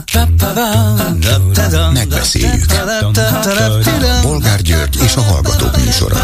Megbeszéljük. Bolgár György és a Hallgatók műsora.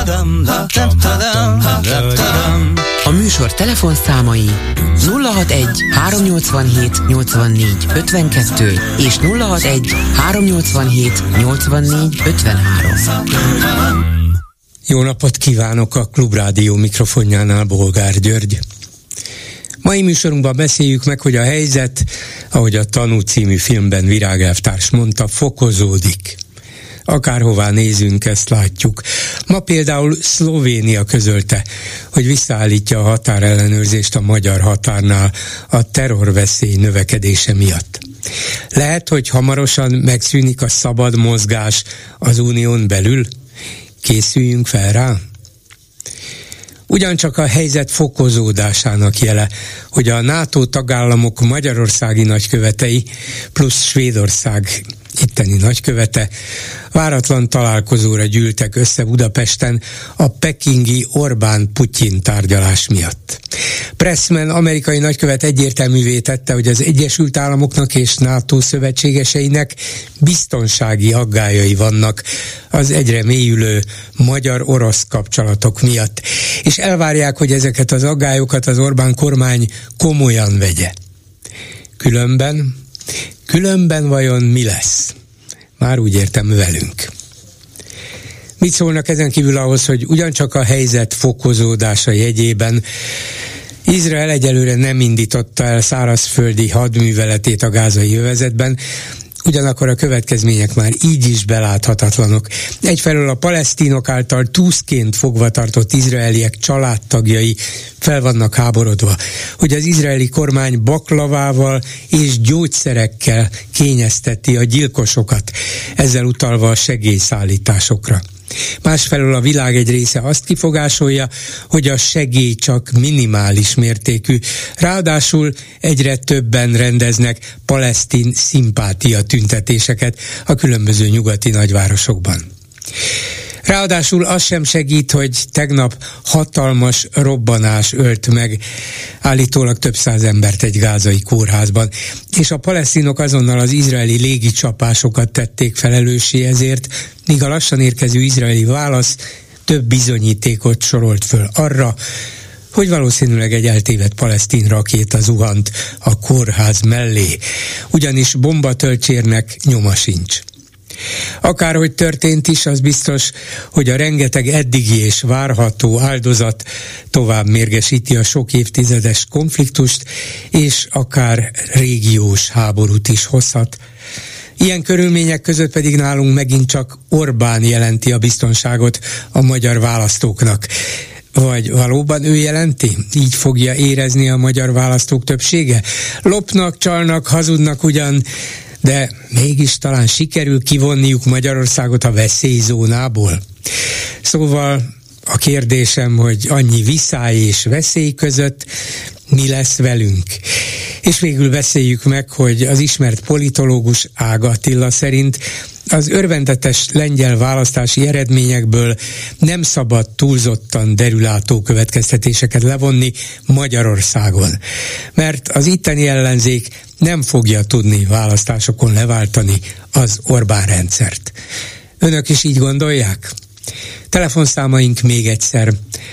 A műsor telefonszámai 061 387 84 52 és 061 387 84 53. Jó napot kívánok, a Klubrádió mikrofonjánál Bolgár György. Mai műsorunkban beszéljük meg, hogy a helyzet, ahogy a Tanú című filmben Virág elvtárs mondta, fokozódik. Akárhová nézünk, ezt látjuk. Ma például Szlovénia közölte, hogy visszaállítja a határellenőrzést a magyar határnál a terrorveszély növekedése miatt. Lehet, hogy hamarosan megszűnik a szabad mozgás az unión belül? Készüljünk fel rá? Ugyancsak a helyzet fokozódásának jele, hogy a NATO tagállamok magyarországi nagykövetei plusz Svédország itteni nagykövete váratlan találkozóra gyűltek össze Budapesten a pekingi Orbán-Putyin tárgyalás miatt. Pressman amerikai nagykövet egyértelművé tette, hogy az Egyesült Államoknak és NATO szövetségeseinek biztonsági aggályai vannak az egyre mélyülő magyar-orosz kapcsolatok miatt, és elvárják, hogy ezeket az aggályokat az Orbán kormány komolyan vegye. Különben vajon mi lesz? Már úgy értem velünk. Mit szólnak ezen kívül ahhoz, hogy ugyancsak a helyzet fokozódása jegyében Izrael egyelőre nem indította el szárazföldi hadműveletét a gázai övezetben, ugyanakkor a következmények már így is beláthatatlanok. Egyfelől a palesztinok által túszként fogva tartott izraeliek családtagjai fel vannak háborodva, hogy az izraeli kormány baklavával és gyógyszerekkel kényezteti a gyilkosokat, ezzel utalva a segélyszállításokra. Másfelől a világ egy része azt kifogásolja, hogy a segély csak minimális mértékű, ráadásul egyre többen rendeznek palesztin szimpátia tüntetéseket a különböző nyugati nagyvárosokban. Ráadásul az sem segít, hogy tegnap hatalmas robbanás ölt meg állítólag több száz embert egy gázai kórházban, és a palesztinok azonnal az izraeli légicsapásokat tették felelőssé ezért, míg a lassan érkező izraeli válasz több bizonyítékot sorolt föl arra, hogy valószínűleg egy eltévedt palesztin rakéta zuhant a kórház mellé, ugyanis bombatölcsérnek nyoma sincs. Akárhogy történt is, az biztos, hogy a rengeteg eddigi és várható áldozat tovább mérgesíti a sok évtizedes konfliktust, és akár régiós háborút is hozhat. Ilyen körülmények között pedig nálunk megint csak Orbán jelenti a biztonságot a magyar választóknak. Vagy valóban ő jelenti? Így fogja érezni a magyar választók többsége? Lopnak, csalnak, hazudnak ugyan, de mégis talán sikerül kivonniuk Magyarországot a veszélyzónából. Szóval a kérdésem, hogy annyi viszály és veszély között mi lesz velünk? És végül beszéljük meg, hogy az ismert politológus Ága Attila szerint az örvendetes lengyel választási eredményekből nem szabad túlzottan derülátó következtetéseket levonni Magyarországon, mert az itteni ellenzék nem fogja tudni választásokon leváltani az Orbán rendszert. Önök is így gondolják? Telefonszámaink még egyszer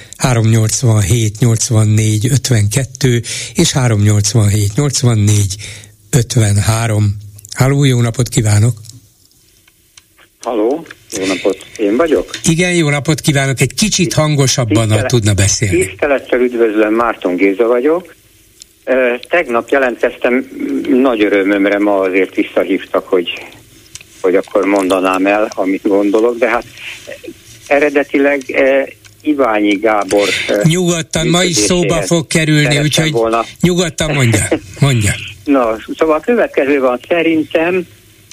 387 84 52 és 387 84 53. Halló, jó napot kívánok! Halló, jó napot, én vagyok? Igen, jó napot kívánok, egy kicsit hangosabban tudna beszélni. Tisztelettel üdvözlöm, Márton Géza vagyok. Tegnap jelentkeztem, nagy örömömre ma azért visszahívtak, hogy akkor mondanám el, amit gondolok, de hát eredetileg Iványi Gábor... Nyugodtan, ma is szóba fog kerülni, úgyhogy volna. Nyugodtan mondja. Na, szóval a következő van, szerintem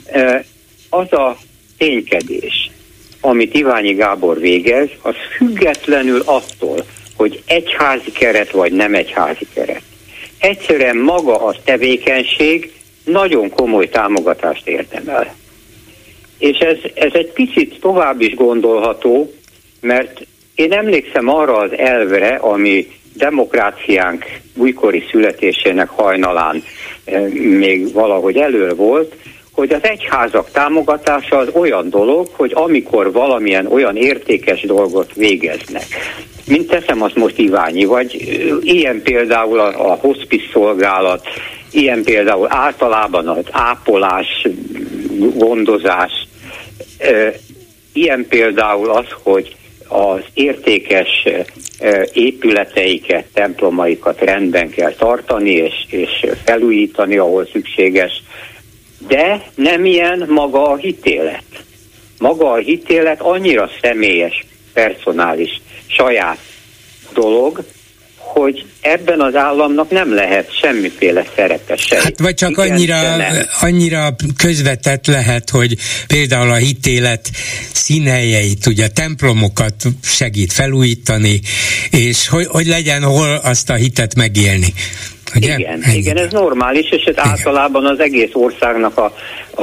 az a ténykedés, amit Iványi Gábor végez, az függetlenül attól, hogy egyházi keret vagy nem egyházi keret. Egyszerűen maga a tevékenység nagyon komoly támogatást érdemel. És ez egy picit tovább is gondolható, mert én emlékszem arra az elvre, ami demokráciánk újkori születésének hajnalán még valahogy elől volt, hogy az egyházak támogatása az olyan dolog, hogy amikor valamilyen olyan értékes dolgot végeznek, mint teszem azt most Iványi, vagy ilyen például a hospice szolgálat, ilyen például általában az ápolás, gondozás, ilyen például az, hogy az értékes épületeiket, templomaikat rendben kell tartani és felújítani, ahol szükséges, de nem ilyen maga a hitélet. Maga a hitélet annyira személyes, personális, saját dolog, hogy ebben az államnak nem lehet semmiféle szerepe se. Hát vagy csak annyira közvetett lehet, hogy például a hitélet színhelyeit, ugye templomokat segít felújítani, és hogy legyen hol azt a hitet megélni. Ugye? Igen, ez normális, és ez általában az egész országnak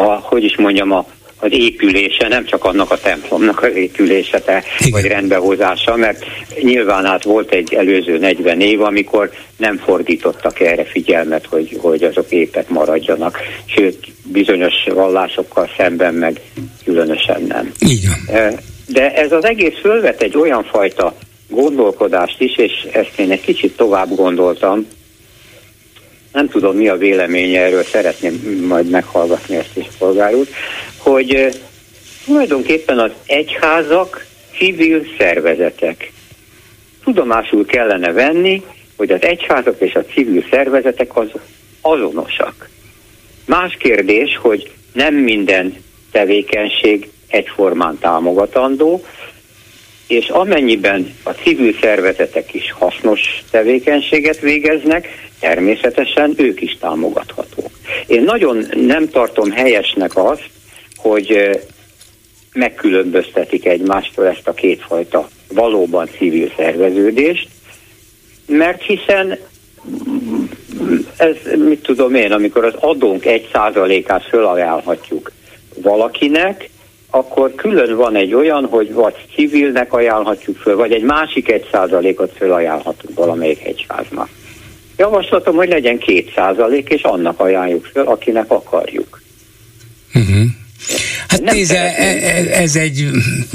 az épülése, nem csak annak a templomnak az épülése, vagy rendbehozása, mert nyilván hát volt egy előző 40 év, amikor nem fordítottak erre figyelmet, hogy azok épek maradjanak, sőt, bizonyos vallásokkal szemben meg különösen nem. Így van. De ez az egész fölvet egy olyan fajta gondolkodást is, és ezt én egy kicsit tovább gondoltam. Nem tudom, mi a véleménye erről, szeretném majd meghallgatni ezt is, polgár úr, hogy tulajdonképpen az egyházak civil szervezetek. Tudomásul kellene venni, hogy az egyházak és a civil szervezetek azonosak. Más kérdés, hogy nem minden tevékenység egyformán támogatandó, és amennyiben a civil szervezetek is hasznos tevékenységet végeznek, természetesen ők is támogathatók. Én nagyon nem tartom helyesnek azt, hogy megkülönböztetik egymástól ezt a kétfajta valóban civil szerveződést, mert hiszen ez, mit tudom én, amikor az adónk 1%-át fölajánlhatjuk valakinek, akkor külön van egy olyan, hogy vagy civilnek ajánlhatjuk föl, vagy egy másik 1%-ot fölajánlhatunk valamelyik egyháznak. Javaslatom, hogy legyen 2%, és annak ajánljuk föl, akinek akarjuk. Uh-huh. Hát nézze, ez egy...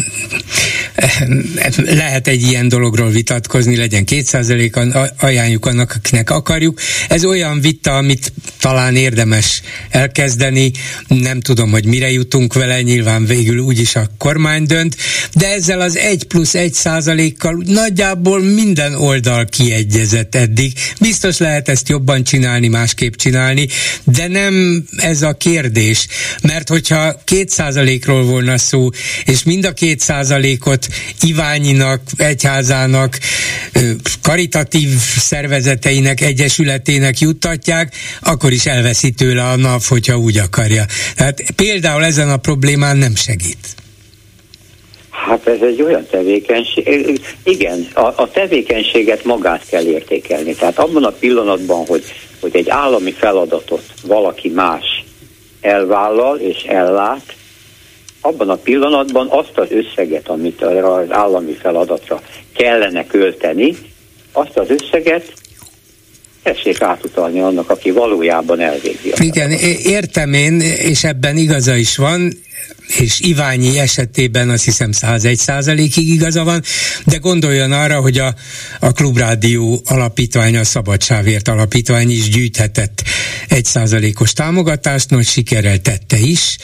lehet egy ilyen dologról vitatkozni, legyen 2%, ajánljuk annak, akinek akarjuk. Ez olyan vita, amit talán érdemes elkezdeni, nem tudom, hogy mire jutunk vele, nyilván végül úgyis a kormány dönt, de ezzel az 1+1%-kal nagyjából minden oldal kiegyezett eddig. Biztos lehet ezt jobban csinálni, másképp csinálni, de nem ez a kérdés, mert hogyha 2%-ról volna szó, és mind a 2%-ot Iványinak, egyházának, karitatív szervezeteinek, egyesületének juttatják, akkor is elveszi tőle a NAV, hogyha úgy akarja. Tehát például ezen a problémán nem segít. Hát ez egy olyan tevékenység. Igen, a tevékenységet magát kell értékelni. Tehát abban a pillanatban, hogy egy állami feladatot valaki más elvállal és ellát, abban a pillanatban azt az összeget, amit az állami feladatra kellene költeni, azt az összeget tessék átutalni annak, aki valójában elvégzi. Igen, értem én, és ebben igaza is van, és Iványi esetében azt hiszem 101%-ig igaza van, de gondoljon arra, hogy a Klubrádió alapítvány, a Szabadsávért alapítvány is gyűjthetett 1%-os támogatást, nagy sikerrel tette is,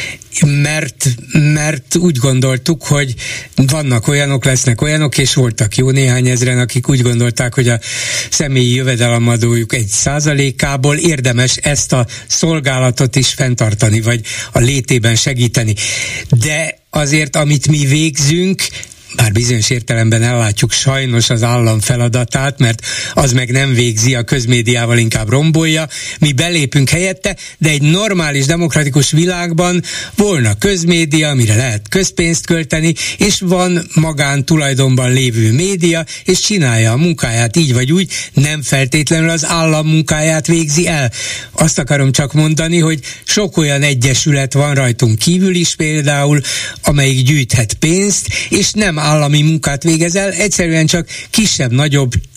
mert úgy gondoltuk, hogy vannak olyanok, lesznek olyanok, és voltak jó néhány ezren, akik úgy gondolták, hogy a személyi jövedelemadójuk 1%-ából érdemes ezt a szolgálatot is fenntartani, vagy a létében segíteni. De azért, amit mi végzünk, bár bizonyos értelemben ellátjuk sajnos az állam feladatát, mert az meg nem végzi, a közmédiával inkább rombolja, mi belépünk helyette, de egy normális, demokratikus világban volna közmédia, amire lehet közpénzt költeni, és van magántulajdonban lévő média, és csinálja a munkáját így vagy úgy, nem feltétlenül az állam munkáját végzi el. Azt akarom csak mondani, hogy sok olyan egyesület van rajtunk kívül is például, amelyik gyűjthet pénzt, és nem állami munkát végez el, egyszerűen csak kisebb-nagyobb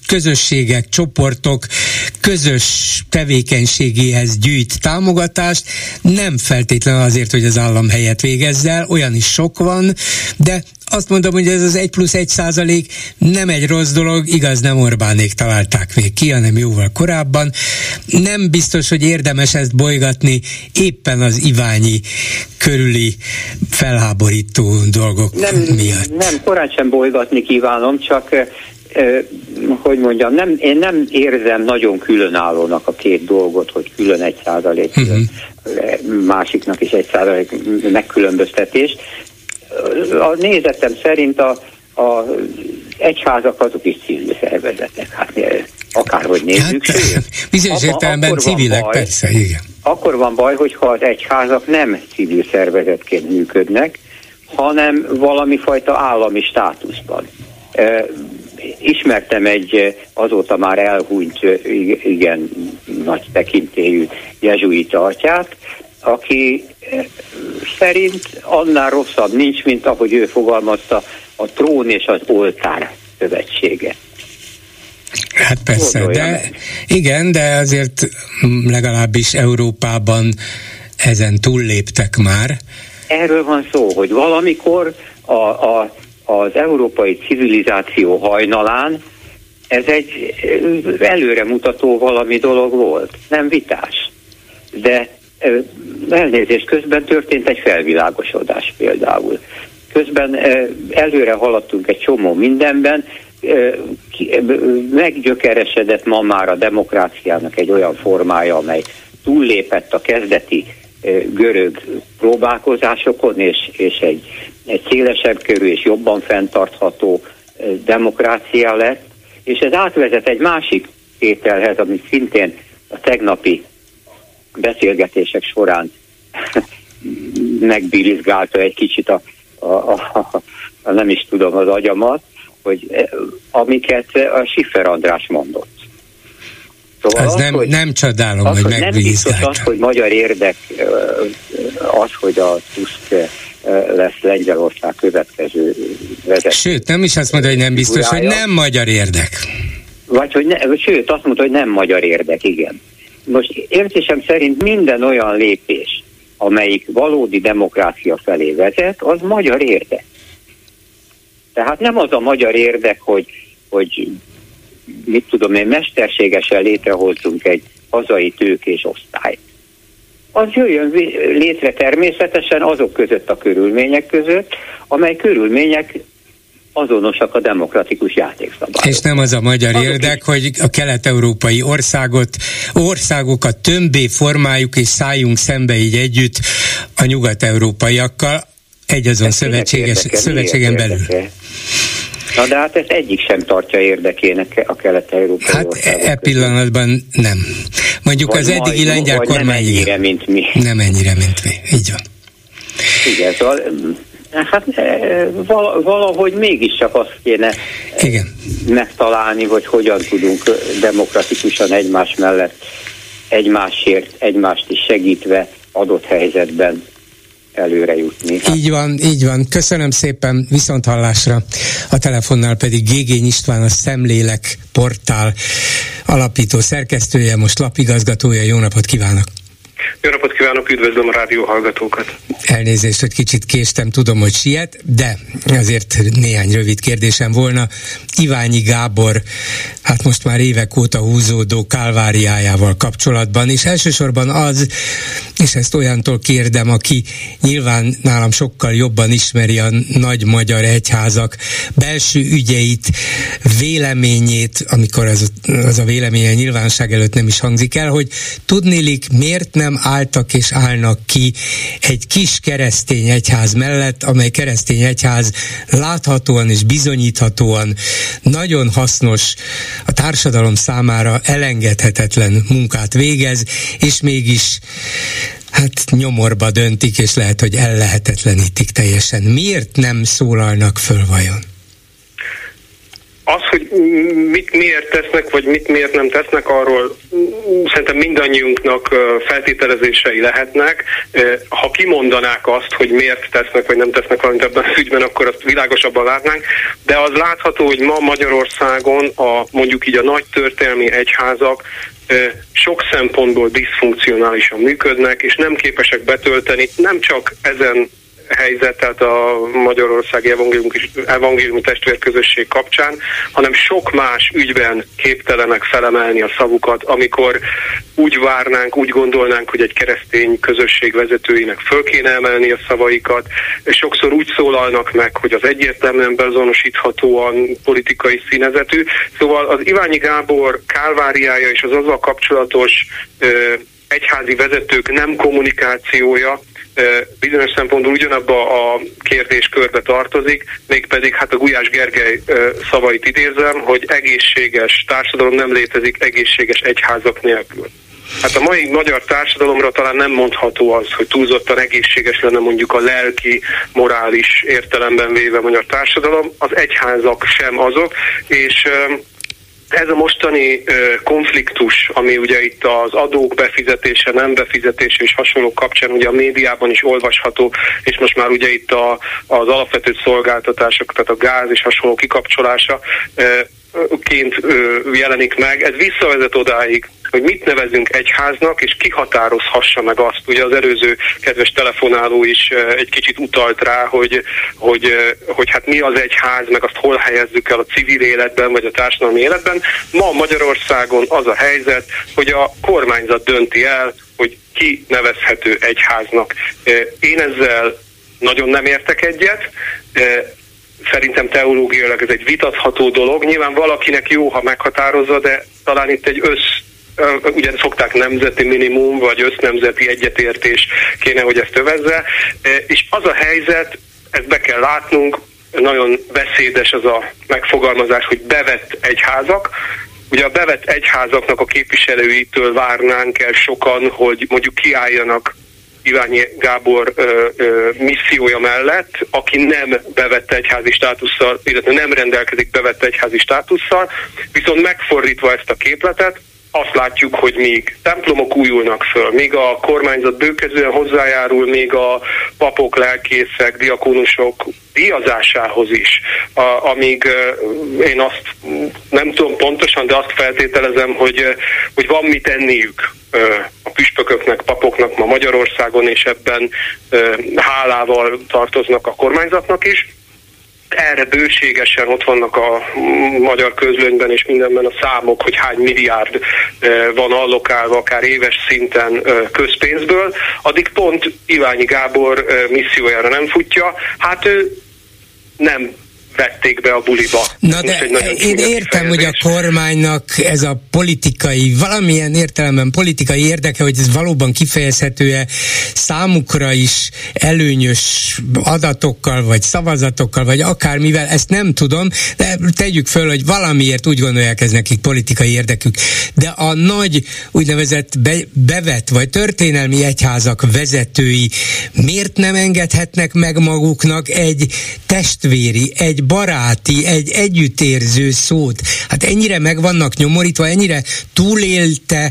közösségek, csoportok közös tevékenységéhez gyűjt támogatást, nem feltétlenül azért, hogy az állam helyet végezze el, olyan is sok van, de azt mondom, hogy ez az 1+1% nem egy rossz dolog, igaz, nem Orbánék találták még ki, hanem jóval korábban. Nem biztos, hogy érdemes ezt bolygatni éppen az Iványi körüli felháborító dolgok miatt. Nem, korán sem bolygatni kívánom, csak hogy mondjam, én nem érzem nagyon különállónak a két dolgot, hogy külön 1%, másiknak is 1% megkülönböztetés. A nézetem szerint a egyházak azok is civil szervezetek, hát akárhogy nézzük. Bizonyos értelemben civilek, persze, igen. Akkor van baj, hogyha az egyházak nem civil szervezetként működnek, hanem valami fajta állami státuszban. Ismertem egy azóta már elhunyt, igen nagy tekintélyű jezsuita atyát, aki szerint annál rosszabb nincs, mint ahogy ő fogalmazta, a trón és az oltár szövetsége. Hát persze, de azért legalábbis Európában ezen túlléptek már. Erről van szó, hogy valamikor az európai civilizáció hajnalán ez egy előremutató valami dolog volt, nem vitás. De elnézést, közben történt egy felvilágosodás például. Közben előre haladtunk egy csomó mindenben, meggyökeresedett ma már a demokráciának egy olyan formája, amely túllépett a kezdeti görög próbálkozásokon, és egy szélesebb körű és jobban fenntartható demokrácia lett, és ez átvezet egy másik tételhez, amit szintén a tegnapi beszélgetések során megbirizgálta egy kicsit a nem is tudom az agyamat, hogy amiket a Schiffer András mondott. Szóval az nem csodálom, hogy megbirizgálta. Nem biztos az, hogy magyar érdek az, hogy a Tusk lesz Lengyelország következő vezető. Sőt, nem is azt mondta, hogy nem biztos, hogy nem magyar érdek. Sőt, azt mondta, hogy nem magyar érdek, igen. Most értésem szerint minden olyan lépés, amelyik valódi demokrácia felé vezet, az magyar érdek. Tehát nem az a magyar érdek, hogy mit tudom én, mesterségesen létrehozzunk egy hazai tőkés osztályt. Az jöjjön létre természetesen azok között a körülmények között, amely körülmények azonosak a demokratikus játékszabályok. És nem az a magyar érdek, hogy a kelet-európai országokat tömbé formáljuk és szálljunk szembe így együtt a nyugat-európaiakkal egyazon szövetségen belül. Na de hát ezt egyik sem tartja érdekének a kelet-európai országok. Hát pillanatban nem. Mondjuk vagy az eddigi lengyel kormány nem ennyire, mint mi. Nem ennyire, mint mi. Így van. Igen, szóval hát valahogy mégiscsak azt kéne megtalálni, hogy hogyan tudunk demokratikusan egymás mellett, egymásért, egymást is segítve adott helyzetben előre jutni. Így van. Köszönöm szépen, viszonthallásra. A telefonnál pedig Gégény István, a Szemlélek portál alapító szerkesztője, most lapigazgatója. Jó napot kívánok! Jó napot kívánok, üdvözlöm a rádióhallgatókat. Elnézést, hogy kicsit késtem, tudom, hogy siet, de azért néhány rövid kérdésem volna. Iványi Gábor, hát most már évek óta húzódó kálváriájával kapcsolatban, és elsősorban az, és ezt olyantól kérdem, aki nyilván nálam sokkal jobban ismeri a nagy magyar egyházak belső ügyeit, véleményét, amikor az a véleménye nyilvánosság előtt nem is hangzik el, hogy tudniillik, miért nem álltak és állnak ki egy kis keresztény egyház mellett, amely keresztény egyház láthatóan és bizonyíthatóan nagyon hasznos, a társadalom számára elengedhetetlen munkát végez, és mégis hát nyomorba döntik, és lehet, hogy ellehetetlenítik teljesen. Miért nem szólalnak föl vajon? Az, hogy mit miért tesznek, vagy mit miért nem tesznek, arról szerintem mindannyiunknak feltételezései lehetnek. Ha kimondanák azt, hogy miért tesznek, vagy nem tesznek valamit ebben az ügyben, akkor azt világosabban látnánk. De az látható, hogy ma Magyarországon mondjuk így a nagy történelmi egyházak sok szempontból diszfunkcionálisan működnek, és nem képesek betölteni nem csak ezen helyzet, tehát a Magyarországi Evangéliumi Testvérközösség kapcsán, hanem sok más ügyben képtelenek felemelni a szavukat, amikor úgy várnánk, úgy gondolnánk, hogy egy keresztény közösség vezetőinek föl kéne emelni a szavaikat, és sokszor úgy szólalnak meg, hogy az egyértelműen beazonosíthatóan politikai színezetű. Szóval az Iványi Gábor kálváriája és az azzal kapcsolatos egyházi vezetők nem kommunikációja bizonyos szempontból ugyanabba a kérdéskörbe tartozik, mégpedig hát a Gulyás Gergely szavait idézem, hogy egészséges társadalom nem létezik egészséges egyházak nélkül. Hát a mai magyar társadalomra talán nem mondható az, hogy túlzottan egészséges lenne mondjuk a lelki, morális értelemben véve magyar társadalom, az egyházak sem azok, és ez a mostani konfliktus, ami ugye itt az adók befizetése, nem befizetése és hasonlók kapcsán ugye a médiában is olvasható, és most már ugye itt az alapvető szolgáltatások, tehát a gáz és hasonló kikapcsolása ként jelenik meg. Ez visszavezet odáig, hogy mit nevezünk egyháznak, és ki határozhassa meg azt. Ugye az előző kedves telefonáló is egy kicsit utalt rá, hogy hát mi az egyház, meg azt hol helyezzük el a civil életben, vagy a társadalmi életben. Ma Magyarországon az a helyzet, hogy a kormányzat dönti el, hogy ki nevezhető egyháznak. Én ezzel nagyon nem értek egyet. Szerintem teológiailag ez egy vitatható dolog. Nyilván valakinek jó, ha meghatározza, de talán itt egy ugye szokták nemzeti minimum, vagy össznemzeti egyetértés kéne, hogy ezt övezze. És az a helyzet, ezt be kell látnunk, nagyon beszédes az a megfogalmazás, hogy bevett egyházak. Ugye a bevett egyházaknak a képviselőitől várnánk el sokan, hogy mondjuk kiálljanak Iványi Gábor missziója mellett, aki nem bevett egyházi státusszal, illetve nem rendelkezik bevett egyházi státusszal, viszont megfordítva ezt a képletet, azt látjuk, hogy míg templomok újulnak föl, míg a kormányzat bőkezően hozzájárul, még a papok, lelkészek, diakónusok díjazásához is, amíg én azt nem tudom pontosan, de azt feltételezem, hogy van mit enniük a püspököknek, papoknak ma Magyarországon, és ebben hálával tartoznak a kormányzatnak is. Erre bőségesen ott vannak a magyar közlönyben és mindenben a számok, hogy hány milliárd van allokálva akár éves szinten közpénzből, addig pont Iványi Gábor missziójára nem futja. Hát ő nem vették be a buliba. Na de én értem, hogy a kormánynak ez a politikai, valamilyen értelemben politikai érdeke, hogy ez valóban kifejezhető-e számukra is előnyös adatokkal, vagy szavazatokkal, vagy akármivel, ezt nem tudom, de tegyük föl, hogy valamiért úgy gondolják, ez nekik politikai érdekük. De a nagy úgynevezett bevett, vagy történelmi egyházak vezetői miért nem engedhetnek meg maguknak egy testvéri, egy baráti, egy együttérző szót? Hát ennyire meg vannak nyomorítva, ennyire túlélte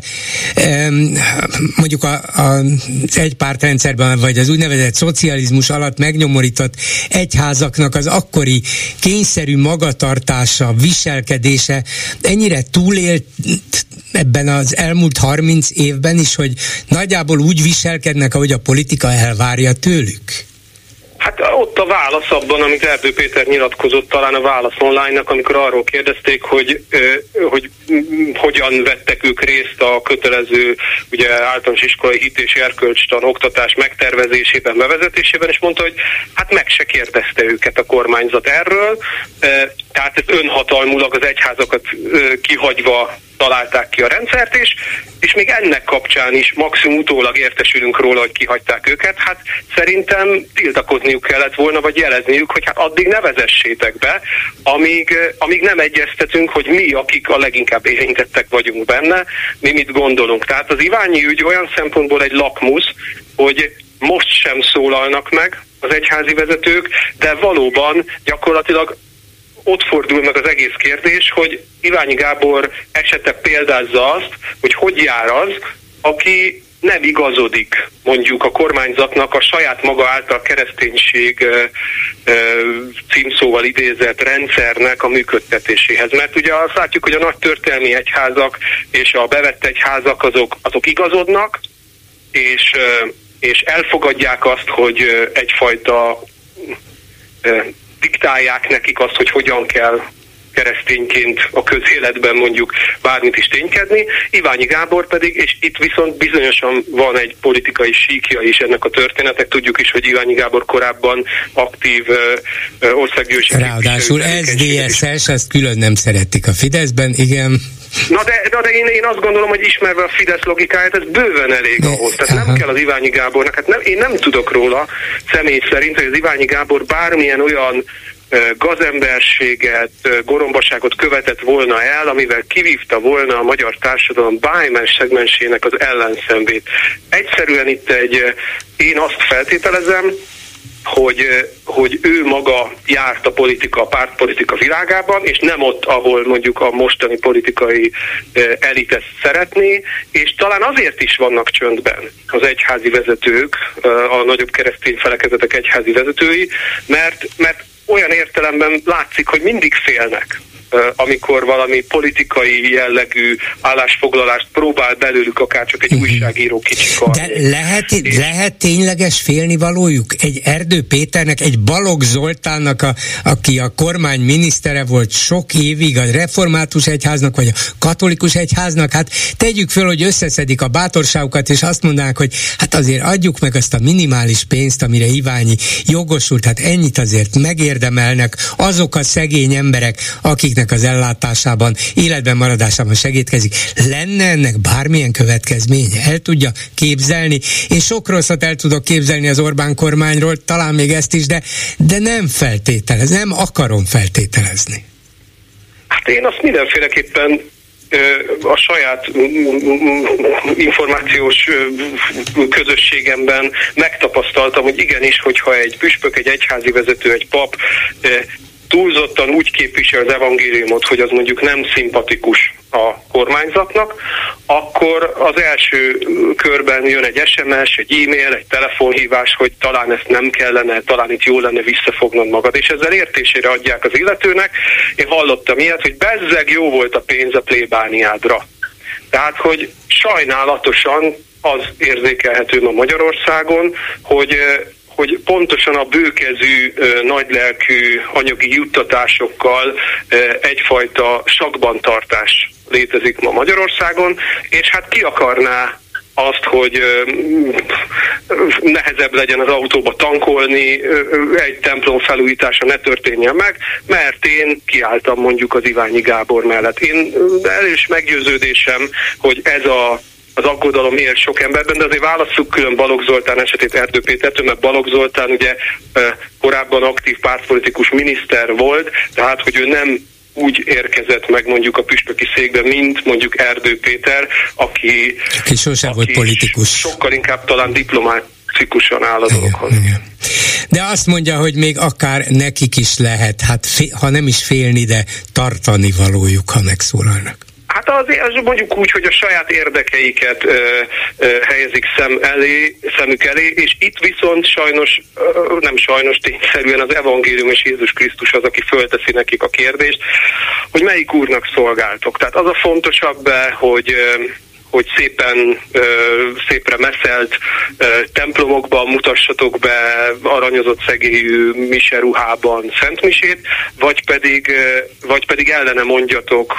mondjuk az egypártrendszerben, vagy az úgynevezett szocializmus alatt megnyomorított egyházaknak az akkori kényszerű magatartása, viselkedése ennyire túlélt ebben az elmúlt 30 évben is, hogy nagyjából úgy viselkednek, ahogy a politika elvárja tőlük? Hát ott a válasz abban, amit Erdő Péter nyilatkozott talán a Válasz Online-nak, amikor arról kérdezték, hogy hogyan vettek ők részt a kötelező ugye, általános iskolai hit és erkölcstan oktatás megtervezésében, bevezetésében, és mondta, hogy hát meg se kérdezte őket a kormányzat erről, tehát ez önhatalmulag az egyházakat kihagyva találták ki a rendszert, és még ennek kapcsán is maximum utólag értesülünk róla, hogy kihagyták őket. Hát szerintem tiltakozniuk kellett volna, vagy jelezniük, hogy hát addig ne vezessétek be, amíg nem egyeztetünk, hogy mi, akik a leginkább érintettek vagyunk benne, mi mit gondolunk. Tehát az Iványi ügy olyan szempontból egy lakmusz, hogy most sem szólalnak meg az egyházi vezetők, de valóban gyakorlatilag ott fordul meg az egész kérdés, hogy Iványi Gábor esete példázza azt, hogy jár az, aki nem igazodik mondjuk a kormányzatnak a saját maga által kereszténység címszóval idézett rendszernek a működtetéséhez. Mert ugye azt látjuk, hogy a nagy történelmi egyházak és a bevett egyházak azok igazodnak, és elfogadják azt, hogy egyfajta diktálják nekik azt, hogy hogyan kell keresztényként a közéletben mondjuk bármit is ténykedni. Iványi Gábor pedig, és itt viszont bizonyosan van egy politikai síkja is ennek a történetek. Tudjuk is, hogy Iványi Gábor korábban aktív országgyűlési. Ráadásul SZDSZ-es, ezt külön nem szeretik a Fideszben, igen. Na de én azt gondolom, hogy ismerve a Fidesz logikáját, ez bőven elég ahhoz. Tehát nem kell az Iványi Gábornak, én nem tudok róla személy szerint, hogy az Iványi Gábor bármilyen olyan gazemberséget, gorombaságot követett volna el, amivel kivívta volna a magyar társadalom bármilyen szegmensének az ellenszenvét. Egyszerűen itt én azt feltételezem, hogy ő maga járt a pártpolitika világában, és nem ott, ahol mondjuk a mostani politikai elit ezt szeretné, és talán azért is vannak csöndben az egyházi vezetők, a nagyobb keresztény felekezetek egyházi vezetői, mert olyan értelemben látszik, hogy mindig félnek, amikor valami politikai jellegű állásfoglalást próbál belőlük akár csak egy újságíró kicsikarni. De lehet tényleges félnivalójuk? Egy Erdő Péternek, egy Balogh Zoltánnak, aki a kormány minisztere volt sok évig, a református egyháznak, vagy a katolikus egyháznak, hát tegyük föl, hogy összeszedik a bátorságukat, és azt mondanák, hogy hát azért adjuk meg azt a minimális pénzt, amire Iványi jogosult, hát ennyit azért megérdemelnek azok a szegény emberek, akiknek az ellátásában, életben maradásában segítkezik. Lenne ennek bármilyen következménye? El tudja képzelni? Én sok rosszat el tudok képzelni az Orbán kormányról, talán még ezt is, de nem nem akarom feltételezni. Hát én azt mindenféleképpen a saját információs közösségemben megtapasztaltam, hogy igenis, hogyha egy püspök, egy egyházi vezető, egy pap túlzottan úgy képvisel az evangéliumot, hogy az mondjuk nem szimpatikus a kormányzatnak, akkor az első körben jön egy SMS, egy e-mail, egy telefonhívás, hogy talán ezt nem kellene, talán itt jó lenne visszafognod magad, és ezzel értésére adják az illetőnek. Én hallottam ilyet, hogy bezzeg jó volt a pénz a plébániádra. Tehát, hogy sajnálatosan az érzékelhető ma Magyarországon, hogy pontosan a bőkezű, nagylelkű anyagi juttatásokkal egyfajta sakban tartás létezik ma Magyarországon, és hát ki akarná azt, hogy nehezebb legyen az autóba tankolni, egy templom felújítása ne történjen meg, mert én kiálltam mondjuk az Iványi Gábor mellett. Én erős meggyőződésem, hogy ez az aggodalom él sok emberben, de azért válasszuk külön Balogh Zoltán esetét Erdő Pétertől, mert Balogh Zoltán ugye korábban aktív pártpolitikus miniszter volt, tehát hogy ő nem úgy érkezett meg mondjuk a püspöki székbe, mint mondjuk Erdő Péter, aki sosem volt politikus. Sokkal inkább talán diplomatikusan áll a dologhoz. De azt mondja, hogy még akár nekik is lehet, hát ha nem is félni, de tartani valójuk, ha megszólalnak. Hát az mondjuk úgy, hogy a saját érdekeiket helyezik szemük elé, és itt viszont tényszerűen az evangélium és Jézus Krisztus az, aki fölteszi nekik a kérdést, hogy melyik úrnak szolgáltok. Tehát az a fontosabb, hogy szépre meszelt templomokban mutassatok be aranyozott szegélyű miseruhában szentmisét, vagy pedig ellene mondjatok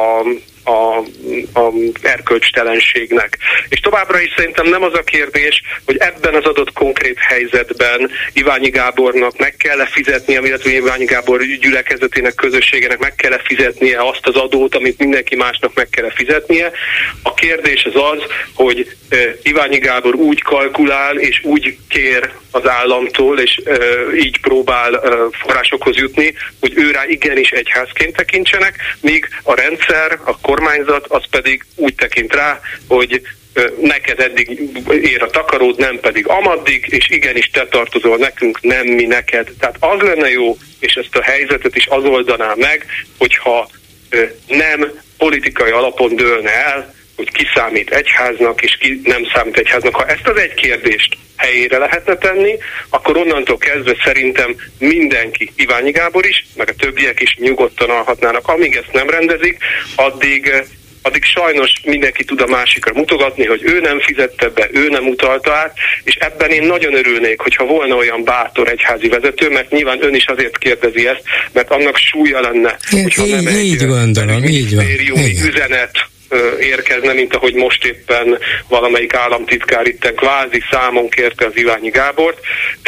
a erkölcstelenségnek. És továbbra is szerintem nem az a kérdés, hogy ebben az adott konkrét helyzetben Iványi Gábornak meg kell fizetnie, illetve Iványi Gábor gyülekezetének, közösségének meg kell fizetnie azt az adót, amit mindenki másnak meg kell fizetnie. A kérdés az, hogy Iványi Gábor úgy kalkulál, és úgy kér az államtól, és így próbál forrásokhoz jutni, hogy ő rá igenis egyházként tekintsenek, míg a rendszer, a kormányzat, az pedig úgy tekint rá, hogy neked eddig ér a takaród, nem pedig amaddig, és igenis te tartozol nekünk, nem mi neked. Tehát az lenne jó, és ezt a helyzetet is az oldaná meg, hogyha nem politikai alapon dőlne el, hogy ki számít egyháznak, és ki nem számít egyháznak. Ha ezt az egy kérdést helyére lehetne tenni, akkor onnantól kezdve szerintem mindenki, Iványi Gábor is, meg a többiek is nyugodtan alhatnának. Amíg ezt nem rendezik, addig sajnos mindenki tud a másikra mutogatni, hogy ő nem fizette be, ő nem utalta át, és ebben én nagyon örülnék, hogyha volna olyan bátor egyházi vezető, mert nyilván ön is azért kérdezi ezt, mert annak súlya lenne, hogyha nem egy minisztériumi üzenet érkezne, mint ahogy most éppen valamelyik államtitkár itten kvázi számon kérte az Iványi Gábort.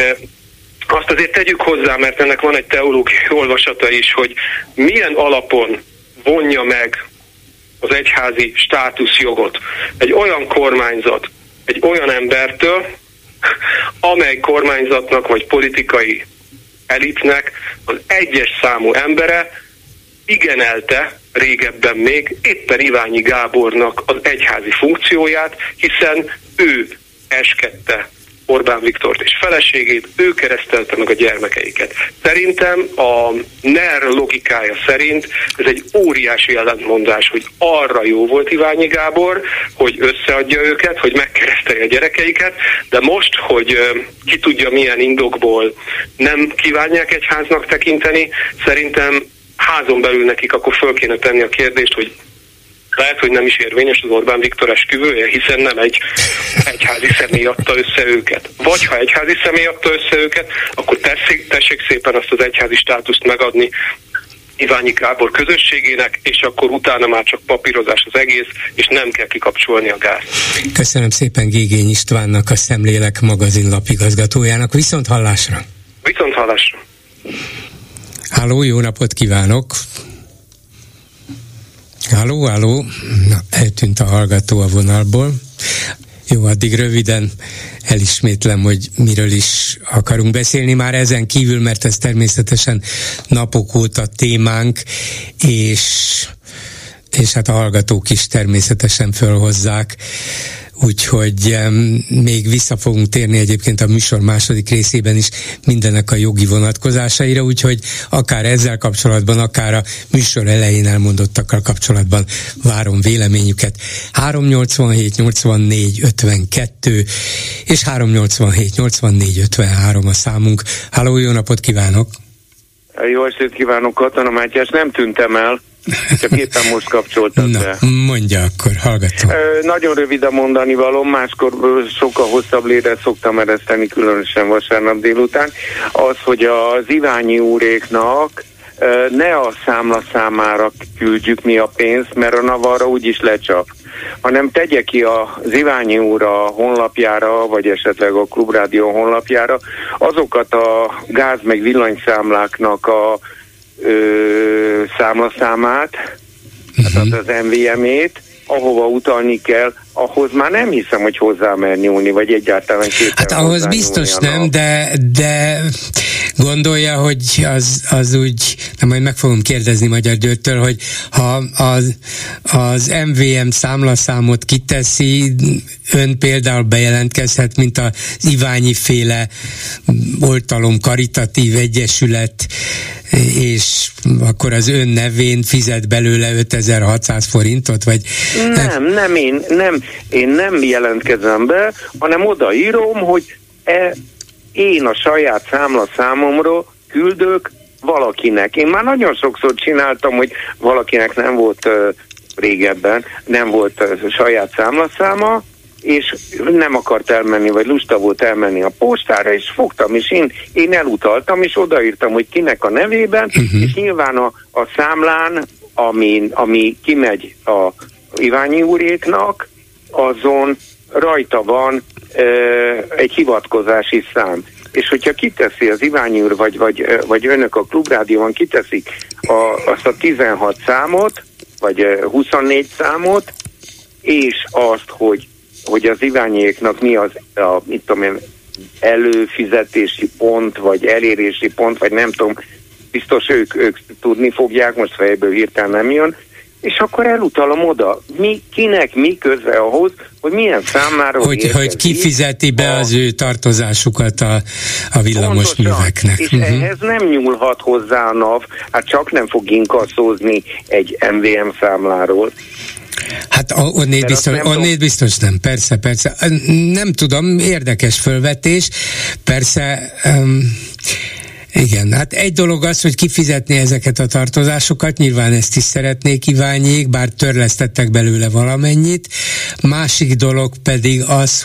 Azt azért tegyük hozzá, mert ennek van egy teológiai olvasata is, hogy milyen alapon vonja meg az egyházi státuszjogot egy olyan kormányzat, egy olyan embertől, amely kormányzatnak vagy politikai elitnek az egyes számú embere igenelte régebben még éppen Iványi Gábornak az egyházi funkcióját, hiszen ő eskedte Orbán Viktort és feleségét, ő keresztelte meg a gyermekeiket. Szerintem a NER logikája szerint ez egy óriási ellentmondás, hogy arra jó volt Iványi Gábor, hogy összeadja őket, hogy megkeresztelje a gyerekeiket, de most, hogy ki tudja milyen indokból nem kívánják egyháznak tekinteni, szerintem házon belül nekik akkor föl kéne tenni a kérdést, hogy lehet, hogy nem is érvényes az Orbán Viktor esküvője, hiszen nem egy egyházi személy adta össze őket. Vagy ha egyházi személy adta össze őket, akkor tessék szépen azt az egyházi státuszt megadni Iványi Gábor közösségének, és akkor utána már csak papírozás az egész, és nem kell kikapcsolni a gázt. Köszönöm szépen Gégény Istvánnak, a Szemlélek magazin lapigazgatójának. Viszont hallásra! Viszont hallásra! Halló, jó napot kívánok! Halló, halló! Na, eltűnt a hallgató a vonalból. Jó, addig röviden elismétlem, hogy miről is akarunk beszélni már ezen kívül, mert ez természetesen napok óta témánk, és hát a hallgatók is természetesen fölhozzák. Úgyhogy még vissza fogunk térni egyébként a műsor második részében is mindennek a jogi vonatkozásaira, úgyhogy akár ezzel kapcsolatban, akár a műsor elején elmondottakkal kapcsolatban várom véleményüket. 387 84 52 és 387 84 53 a számunk. Halló, jó napot kívánok! Jó estét kívánok, Katona Mátyás, nem tűntem el. Csak éppen most kapcsoltad be. Mondja akkor, hallgatom. Nagyon rövid a mondani valóm, máskor sokkal hosszabb lére szoktam ereszteni, különösen vasárnap délután. Az, hogy az Iványi úréknak ne a számla számára küldjük mi a pénzt, mert a Navarra úgyis lecsap, hanem tegye ki az Iványi úr a honlapjára, vagy esetleg a Klubrádió honlapjára azokat a gáz- meg villanyszámláknak a számlaszámát, tehát az MVM-ét, ahova utalni kell, ahhoz már nem hiszem, hogy hozzá mer nyúlni, vagy egyáltalán képtelen. Hát ahhoz biztos nem, de gondolja, hogy az úgy, de majd meg fogom kérdezni Magyar Györgytől, hogy ha az MVM számlaszámot kiteszi, ön például bejelentkezhet, mint az Iványi féle oltalom karitatív egyesület, és akkor az ön nevén fizet belőle 5600 forintot, vagy... Én nem jelentkezem be, hanem odaírom, hogy én a saját számlaszámomról küldök valakinek. Én már nagyon sokszor csináltam, hogy valakinek nem volt régebben, nem volt saját számlaszáma, és nem akart elmenni, vagy lusta volt elmenni a postára, és fogtam, és én elutaltam, és odaírtam, hogy kinek a nevében, és nyilván a számlán, ami kimegy a Iványi úréknak, azon rajta van egy hivatkozási szám. És hogyha kiteszi az Iványi úr, vagy önök a Klubrádióban kiteszik azt a 16 számot, vagy 24 számot, és azt, hogy az Iványiéknak mi az mit tudom én, előfizetési pont, vagy elérési pont, vagy nem tudom, biztos ők tudni fogják, most fejből hirtelen nem jön, és akkor elutalom oda. Kinek mi köze ahhoz, hogy milyen számára hogy kifizeti be az ő tartozásukat a villamos műveknek. És ehhez nem nyúlhat hozzá a NAV, hát csak nem fog inkasszózni egy MVM számláról. Hát onnét biztos nem, persze. Nem tudom, érdekes fölvetés, persze. Igen, hát egy dolog az, hogy kifizetni ezeket a tartozásokat, nyilván ezt is szeretnék Iványék, bár törlesztettek belőle valamennyit. Másik dolog pedig az,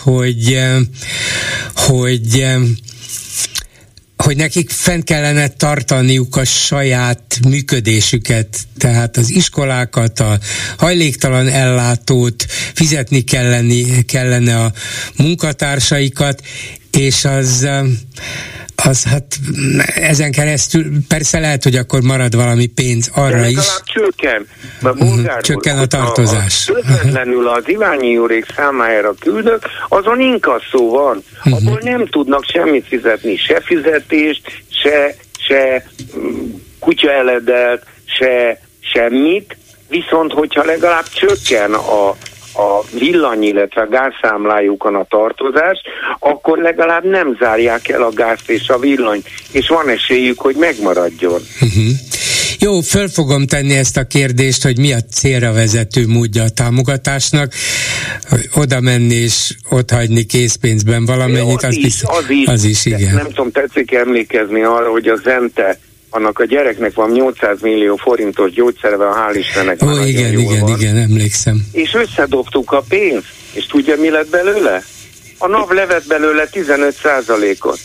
hogy nekik fent kellene tartaniuk a saját működésüket, tehát az iskolákat, a hajléktalan ellátót, fizetni kellene a munkatársaikat, és az hát ezen keresztül persze lehet, hogy akkor marad valami pénz arra is. Csökken a tartozás. Közvetlenül az Iványi Jórék számára küldök, azon inkasszó van. Abból nem tudnak semmit fizetni, se fizetést, se kutyaeledelt, se semmit, viszont hogyha legalább csökken a villany, illetve a gázszámlájukon a tartozás, akkor legalább nem zárják el a gázt és a villanyt, és van esélyük, hogy megmaradjon. Jó, föl fogom tenni ezt a kérdést, hogy mi a célra vezető módja a támogatásnak, oda menni és ott hagyni készpénzben valamennyit, az is igen. Nem tudom, tetszik emlékezni arra, hogy a Zente, annak a gyereknek van 800 millió forintos gyógyszerevel, hál' Istennek már igen, emlékszem. És összedobtuk a pénzt, és tudja, mi lett belőle? A NAV levett belőle 15%-ot.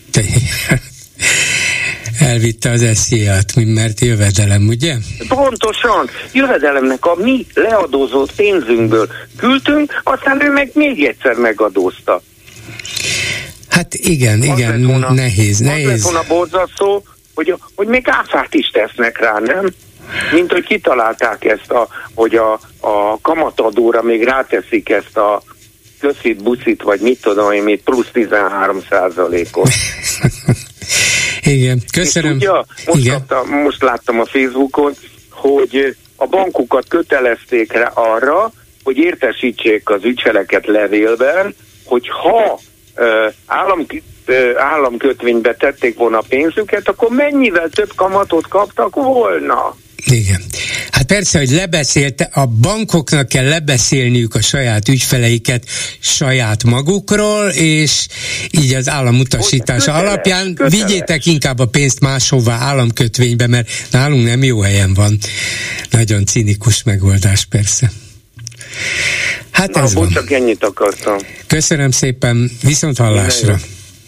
Elvitte az SZIA-t, mert jövedelem, ugye? Pontosan. Jövedelemnek a mi leadózott pénzünkből küldtünk, aztán ő meg még egyszer megadózta. Hát igen, nehéz. Az lett volna borzasztó, hogy még áfát is tesznek rá, nem? Mint hogy kitalálták ezt, hogy a kamatadóra még ráteszik ezt a köszit, buszit, vagy mit tudom én, mit plusz 13%-ot. Igen, köszönöm. És tudja, most láttam a Facebookon, hogy a bankokat kötelezték rá arra, hogy értesítsék az ügyfeleket levélben, hogy ha államkötvénybe tették volna a pénzüket, akkor mennyivel több kamatot kaptak volna. Igen. Hát persze, hogy a bankoknak kell lebeszélniük a saját ügyfeleiket saját magukról, és így az állam utasítása alapján vigyétek inkább a pénzt máshová, államkötvénybe, mert nálunk nem jó helyen van. Nagyon cinikus megoldás persze. Hát ez van. Csak ennyit akartam. Köszönöm szépen, viszont hallásra.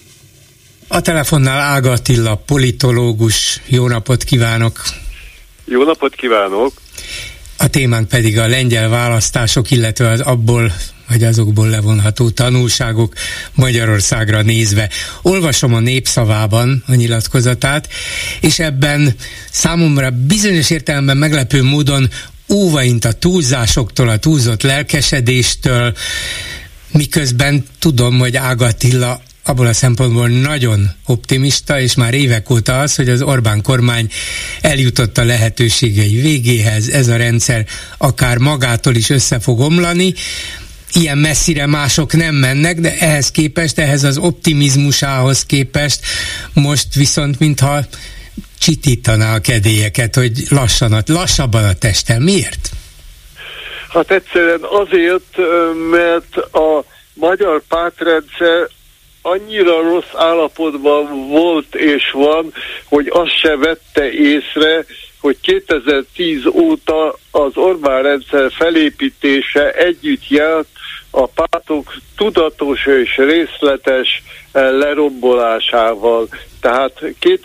A telefonnál Ága Attila, politológus. Jó napot kívánok! Jó napot kívánok! A témánk pedig a lengyel választások, illetve az abból vagy azokból levonható tanulságok Magyarországra nézve. Olvasom a Népszavában a nyilatkozatát, és ebben számomra bizonyos értelemben meglepő módon óvaint a túlzásoktól, a túlzott lelkesedéstől, miközben tudom, hogy Ága Attila abból a szempontból nagyon optimista, és már évek óta az, hogy az Orbán kormány eljutott a lehetőségei végéhez, ez a rendszer akár magától is össze fog omlani. Ilyen messzire mások nem mennek, de ehhez az optimizmusához képest most viszont mintha csitítaná a kedélyeket, hogy lassabban a testtel. Miért? Hát egyszerűen azért, mert a magyar pártrendszer annyira rossz állapotban volt és van, hogy azt se vette észre, hogy 2010 óta az Orbán rendszer felépítése együtt járt a pártok tudatos és részletes lerombolásával. Tehát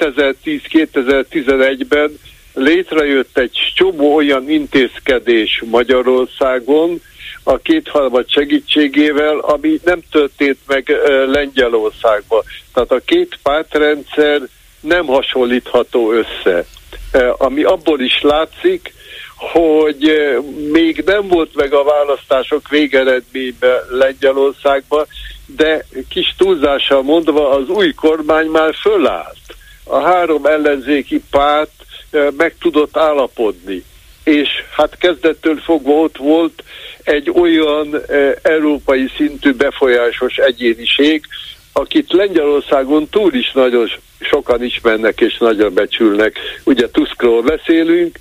2010-2011-ben létrejött egy csomó olyan intézkedés Magyarországon, a kétharmad segítségével, ami nem történt meg Lengyelországban. Tehát a két pártrendszer nem hasonlítható össze. Ami abból is látszik, hogy még nem volt meg a választások végeredményben Lengyelországban, de kis túlzással mondva az új kormány már fölállt. A három ellenzéki párt meg tudott állapodni. és hát kezdettől fogva ott volt egy olyan európai szintű befolyásos egyéniség, akit Lengyelországon túl is nagyon sokan ismernek és nagyra becsülnek. Ugye Tuskról beszélünk,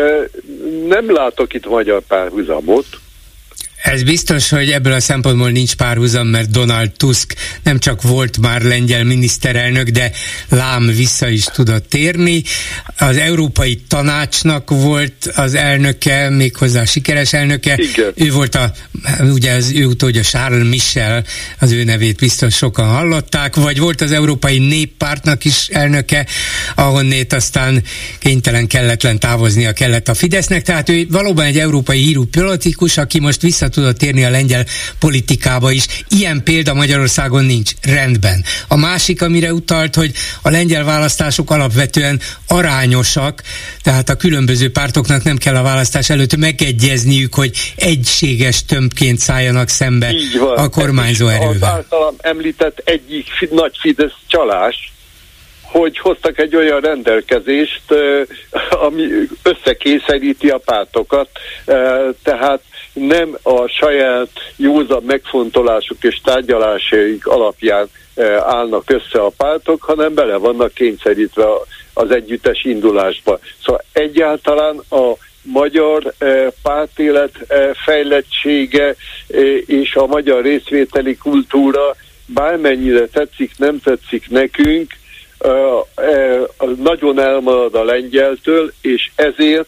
nem látok itt magyar párhuzamot. Ez biztos, hogy ebből a szempontból nincs párhuzam, mert Donald Tusk nem csak volt már lengyel miniszterelnök, de lám vissza is tudott térni. Az Európai Tanácsnak volt az elnöke, méghozzá sikeres elnöke. Igen. Ő volt ugye az ő utódja Charles Michel, az ő nevét biztos sokan hallották, vagy volt az Európai Néppártnak is elnöke, ahonnét aztán kénytelen kelletlen távoznia kellett a Fidesznek, tehát ő valóban egy európai hírű politikus, aki most vissza tudott térni a lengyel politikába is. Ilyen példa Magyarországon nincs. Rendben. A másik, amire utalt, hogy a lengyel választások alapvetően arányosak, tehát a különböző pártoknak nem kell a választás előtt megegyezniük, hogy egységes tömbként szálljanak szembe a kormányzó erővel. Az általam említett egyik nagy Fidesz csalás, hogy hoztak egy olyan rendelkezést, ami összekényszeríti a pártokat, tehát nem a saját józan megfontolásuk és tárgyalásaik alapján állnak össze a pártok, hanem bele vannak kényszerítve az együttes indulásba. Szóval egyáltalán a magyar pártélet fejlettsége és a magyar részvételi kultúra bármennyire tetszik, nem tetszik nekünk, nagyon elmarad a lengyeltől, és ezért,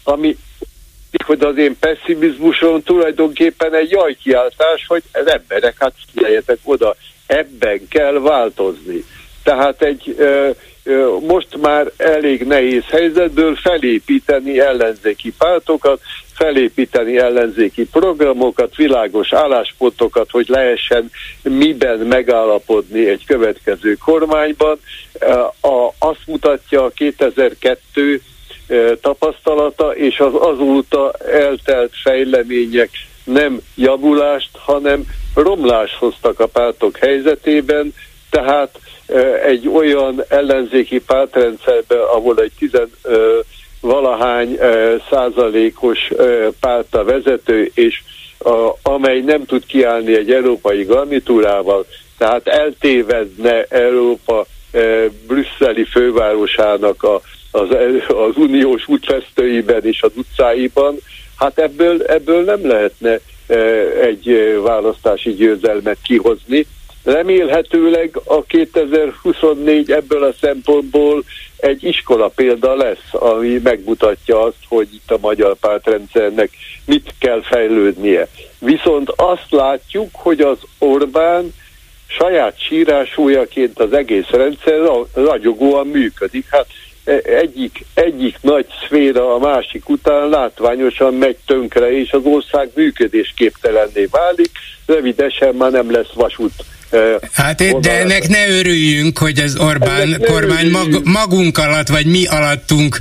hogy az én pessimizmusom tulajdonképpen egy jajkiáltás, hogy az emberek, hát figyeljetek oda, ebben kell változni. Tehát most már elég nehéz helyzetből felépíteni ellenzéki pártokat, felépíteni ellenzéki programokat, világos álláspontokat, hogy lehessen miben megállapodni egy következő kormányban. Azt mutatja a 2002 tapasztalata, és az azóta eltelt fejlemények nem javulást, hanem romlást hoztak a pártok helyzetében, tehát egy olyan ellenzéki pártrendszerben, ahol egy 10-valahány százalékos párt a vezető, és amely nem tud kiállni egy európai garnitúrával, tehát eltévedne Európa brüsszeli fővárosának az uniós útvesztőiben és az utcáiban, hát ebből nem lehetne egy választási győzelmet kihozni. Remélhetőleg a 2024 ebből a szempontból egy iskola példa lesz, ami megmutatja azt, hogy itt a magyar pártrendszernek mit kell fejlődnie. Viszont azt látjuk, hogy az Orbán saját sírásújaként az egész rendszer ragyogóan működik. Hát egyik nagy szféra a másik után látványosan megy tönkre, és az ország működésképtelenné válik, rövidesen már nem lesz vasút. De ennek ne örüljünk, hogy az Orbán kormány magunk alatt, vagy mi alattunk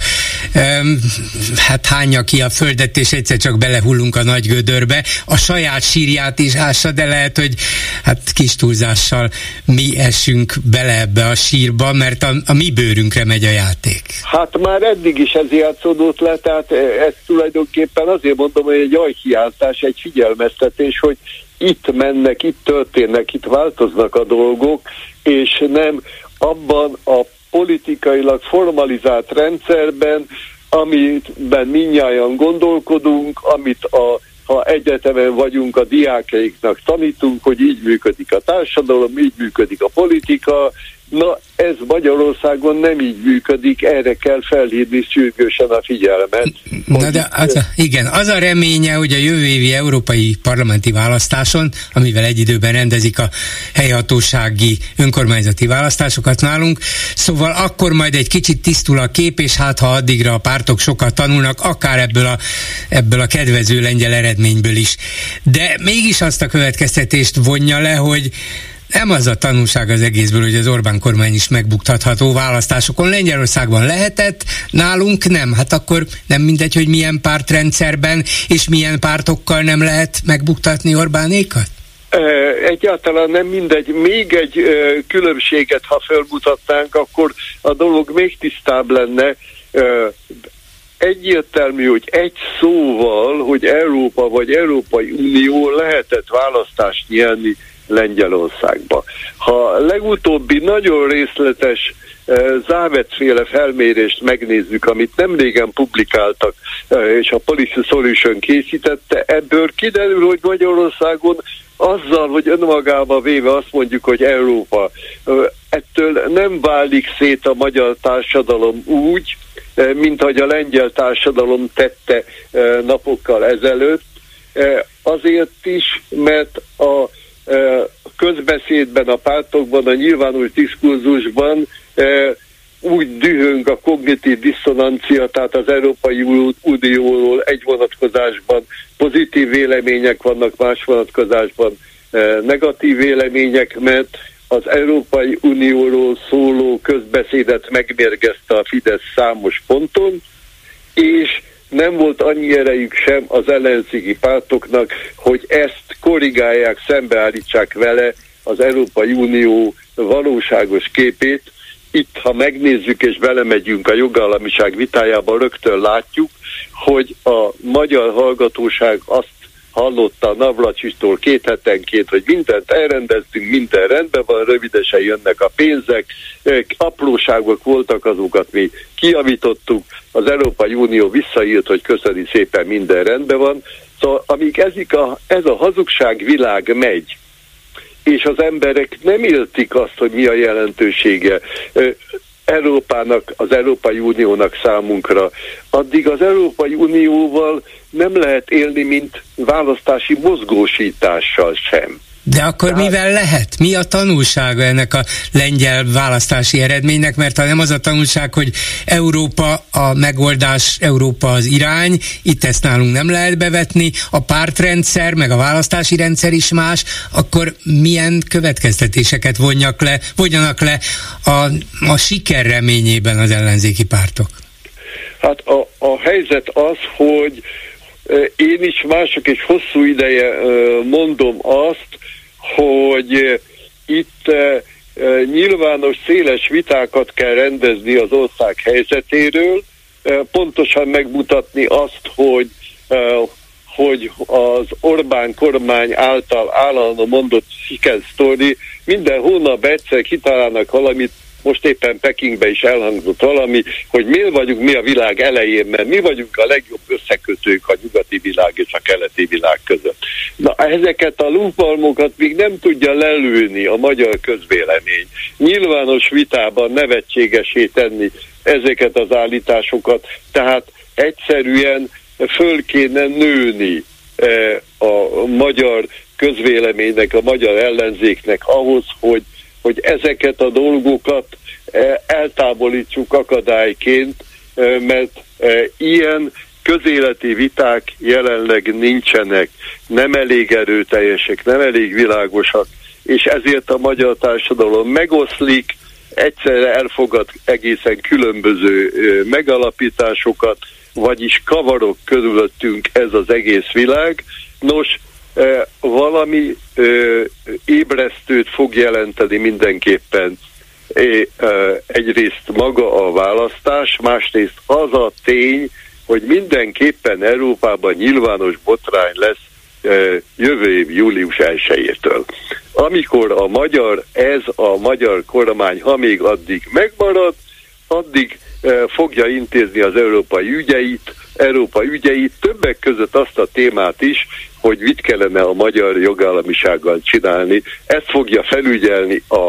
hányja ki a földet, és egyszer csak belehullunk a nagy gödörbe. A saját sírját is ássa, de lehet, hogy kis túlzással mi esünk bele ebbe a sírba, mert a mi bőrünkre megy a játék. Hát már eddig is ez játszódott le, tehát ez tulajdonképpen azért mondom, hogy egy ajkiáltás, egy figyelmeztetés, hogy itt mennek, itt történnek, itt változnak a dolgok, és nem abban a politikailag formalizált rendszerben, amiben mindnyájan gondolkodunk, amit ha egyetemen vagyunk, a diákjaiknak tanítunk, hogy így működik a társadalom, így működik a politika. Na, ez Magyarországon nem így működik, erre kell felhívni sürgősen a figyelmet. Na de igen, az a reménye, hogy a jövő évi európai parlamenti választáson, amivel egy időben rendezik a helyhatósági önkormányzati választásokat nálunk, szóval akkor majd egy kicsit tisztul a kép, és ha addigra a pártok sokat tanulnak, akár ebből a kedvező lengyel eredményből is. De mégis azt a következtetést vonja le, hogy nem az a tanulság az egészből, hogy az Orbán kormány is megbuktatható választásokon. Lengyelországban lehetett, nálunk nem. Hát akkor nem mindegy, hogy milyen pártrendszerben és milyen pártokkal nem lehet megbuktatni Orbánékat? Egyáltalán nem mindegy. Még egy különbséget, ha felmutatnánk, akkor a dolog még tisztább lenne. egyértelmű, hogy egy szóval, hogy Európa vagy Európai Unió lehetett választást nyerni Lengyelországba. Ha a legutóbbi nagyon részletes Závet-féle felmérést megnézzük, amit nem régen publikáltak, és a Policy Solution készítette, ebből kiderül, hogy Magyarországon azzal, hogy önmagába véve azt mondjuk, hogy Európa, ettől nem válik szét a magyar társadalom úgy, mint ahogy a lengyel társadalom tette napokkal ezelőtt. Azért is, mert a közbeszédben, a pártokban, a nyilvános diskurzusban úgy dühöng a kognitív diszonancia, tehát az Európai Unióról egy vonatkozásban pozitív vélemények vannak, más vonatkozásban negatív vélemények, mert az Európai Unióról szóló közbeszédet megmérgezte a Fidesz számos ponton, és nem volt annyi erejük sem az ellenzéki pártoknak, hogy ezt korrigálják, szembeállítsák vele az Európai Unió valóságos képét. Itt, ha megnézzük és belemegyünk a jogállamiság vitájába, rögtön látjuk, hogy a magyar hallgatóság azt hallotta Navracsistól 2 hetenként, hogy mindent elrendeztünk, minden rendben van, rövidesen jönnek a pénzek, apróságok voltak, azokat mi kijavítottuk, az Európai Unió visszaírt, hogy köszöni szépen, minden rendben van. Szóval amíg ez a hazugságvilág megy, és az emberek nem értik azt, hogy mi a jelentősége Európának, az Európai Uniónak számunkra, addig az Európai Unióval nem lehet élni, mint választási mozgósítással sem. De akkor mivel lehet? Mi a tanulsága ennek a lengyel választási eredménynek? Mert ha nem az a tanulság, hogy Európa a megoldás, Európa az irány, itt ezt nálunk nem lehet bevetni, a pártrendszer, meg a választási rendszer is más, akkor milyen következtetéseket vonjanak le a siker reményében az ellenzéki pártok? Hát a helyzet az, hogy én is, mások is hosszú ideje mondom azt, hogy itt nyilvános, széles vitákat kell rendezni az ország helyzetéről, pontosan megmutatni azt, hogy az Orbán kormány által állandóan mondott chicken story, minden hónap egyszer kitalálnak valamit, most éppen Pekingben is elhangzott valami, hogy miért vagyunk mi a világ elején, mert mi vagyunk a legjobb összekötők a nyugati világ és a keleti világ között. Na, ezeket a lúfbalmokat még nem tudja lelőni a magyar közvélemény. Nyilvános vitában nevetségesé tenni ezeket az állításokat, tehát egyszerűen föl kéne nőni a magyar közvéleménynek, a magyar ellenzéknek ahhoz, hogy ezeket a dolgokat eltávolítsuk akadályként, mert ilyen közéleti viták jelenleg nincsenek, nem elég erőteljesek, nem elég világosak, és ezért a magyar társadalom megoszlik, egyszerre elfogad egészen különböző megalapításokat, vagyis kavarok körülöttünk ez az egész világ. Nos, valami ébresztőt fog jelenteni mindenképpen egyrészt maga a választás, másrészt az a tény, hogy mindenképpen Európában nyilvános botrány lesz jövő év július 1-től. Amikor a magyar kormány, ha még addig megmarad, addig fogja intézni az európai ügyeit, többek között azt a témát is, hogy mit kellene a magyar jogállamisággal csinálni. Ezt fogja felügyelni a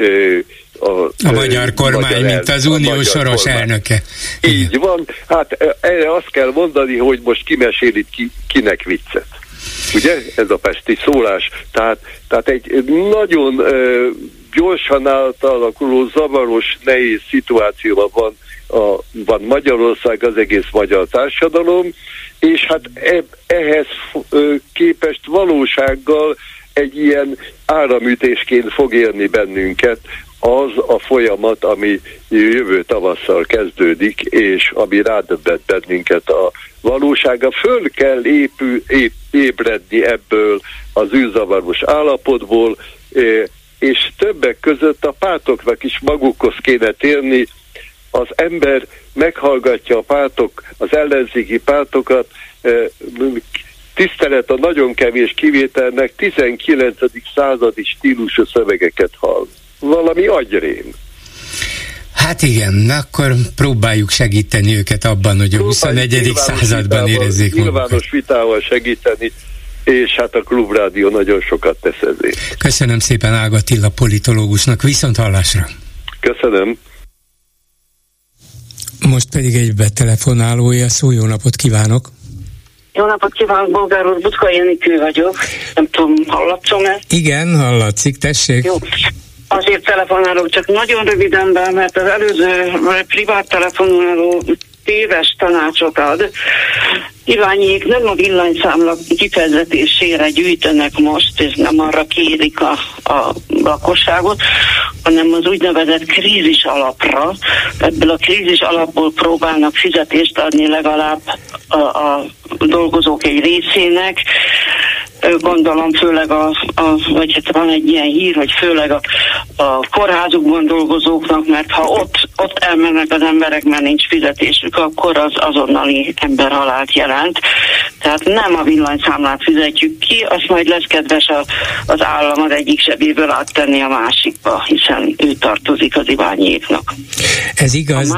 magyar kormány, mint az unió soros elnöke. Így van. Hát erre azt kell mondani, hogy most kimesélik kinek viccet. Ugye? Ez a pesti szólás. Tehát egy nagyon gyorsan átalakuló, zavaros, nehéz szituációban van Magyarország, az egész magyar társadalom, és hát ehhez képest valósággal egy ilyen áramütésként fog érni bennünket az a folyamat, ami jövő tavasszal kezdődik, és ami rádöbbent bennünket a valósága. Föl kell ébredni ebből az űrzavaros állapotból, és többek között a pártoknak is magukhoz kéne térni. az ember meghallgatja a pártok, az ellenzéki pártokat, tisztelet a nagyon kevés kivételnek, 19. századi stílusú szövegeket hall. Valami agyrém. Hát igen, akkor próbáljuk segíteni őket abban, hogy a 21. században érezzék magukat. Nyilvános vitával segíteni, és hát a Klubrádió nagyon sokat tesz ezért. Köszönöm szépen Ág Attila politológusnak, viszont hallásra. Köszönöm. Most pedig egy betelefonálója szó, jó napot kívánok! Jó napot kívánok, Bolgár úr, Butkai Enikő vagyok. Nem tudom, hallatszom-e? Igen, hallatszik, tessék. Jó. Azért telefonálok, csak nagyon röviden, mert az előző privát telefonáló téves tanácsot ad. Iványiék nem a villanyszámla kifejezetésére gyűjtenek most, és nem arra kérik a lakosságot, hanem az úgynevezett krízis alapra. Ebből a krízis alapból próbálnak fizetést adni legalább a dolgozók egy részének. Gondolom főleg vagy hát van egy ilyen hír, hogy főleg a kórházukban dolgozóknak, mert ha ott elmennek az emberek, mert nincs fizetésük, akkor az azonnali emberhalált jelent. Tehát nem a villanyszámlát fizetjük ki, azt majd lesz kedves az állam az egyik zsebéből áttenni a másikba, hiszen ő tartozik az Iványiéknak. Ez igaz,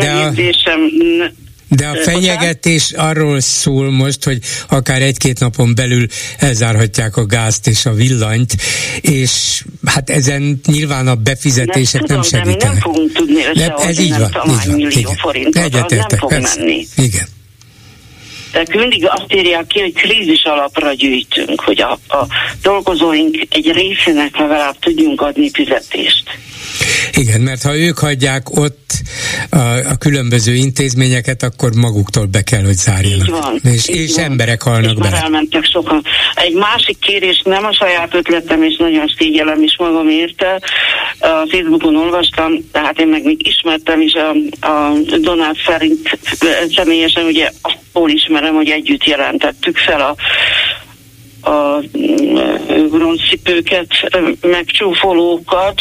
de a fenyegetés arról szól most, hogy akár 1-2 napon belül elzárhatják a gázt és a villanyt, és hát ezen nyilván a befizetések nem segítenek. De mi nem fogunk tudni összehozni, nem tudom, hány millió forintot, az nem fog menni. Igen. De mindig azt írják ki, hogy krízis alapra gyűjtünk, hogy a dolgozóink egy részének legalább tudjunk adni fizetést. Igen, mert ha ők hagyják ott a különböző intézményeket, akkor maguktól be kell, hogy zárjanak. És emberek halnak bele. Már elmentek sokan. Egy másik kérés, nem a saját ötletem, és nagyon szégyellem is magam érte. A Facebookon olvastam, tehát én meg még ismertem is a Donát Ferint személyesen, ugye abból ismerem, hogy együtt jelentettük fel a bronzcipőket, megcsúfolókat.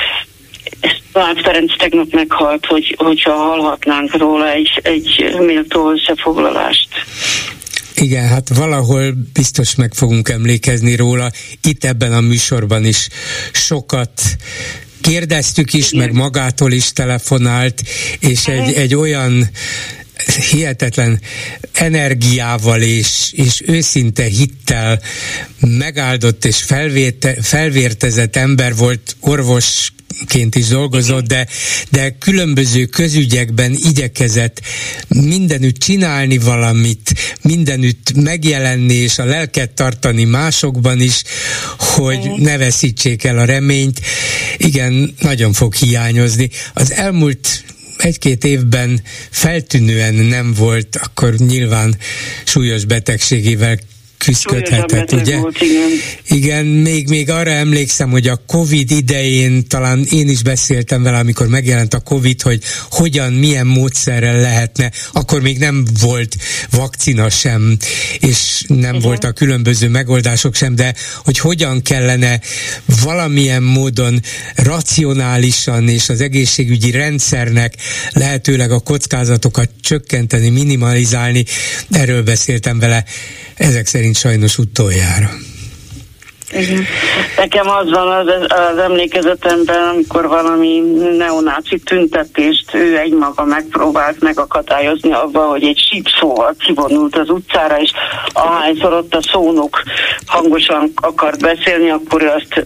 Donát Ferenc tegnap meghalt, hogyha hallhatnánk róla egy méltó összefoglalást. Igen, hát valahol biztos meg fogunk emlékezni róla. Itt ebben a műsorban is sokat kérdeztük is, igen, meg magától is telefonált, és egy olyan hihetetlen energiával és őszinte hittel megáldott és felvértezett ember volt, orvosként is dolgozott, de különböző közügyekben igyekezett mindenütt csinálni valamit, mindenütt megjelenni és a lelket tartani másokban is, hogy ne veszítsék el a reményt. Igen, nagyon fog hiányozni. Az elmúlt 1-2 évben feltűnően nem volt, akkor nyilván súlyos betegségével küzdködhetett, ugye? Volt, igen, még arra emlékszem, hogy a Covid idején talán én is beszéltem vele, amikor megjelent a Covid, hogy milyen módszerrel lehetne, akkor még nem volt vakcina sem, és nem voltak különböző megoldások sem, de hogy hogyan kellene valamilyen módon racionálisan és az egészségügyi rendszernek lehetőleg a kockázatokat csökkenteni, minimalizálni, erről beszéltem vele, ezek szerint sajnos utoljára. Igen. Nekem az van az emlékezetemben, amikor valami neonáci tüntetést ő egymaga megpróbált megakadályozni abban, hogy egy sípszóval kivonult az utcára, és ahányszor ott a szónok hangosan akart beszélni, akkor azt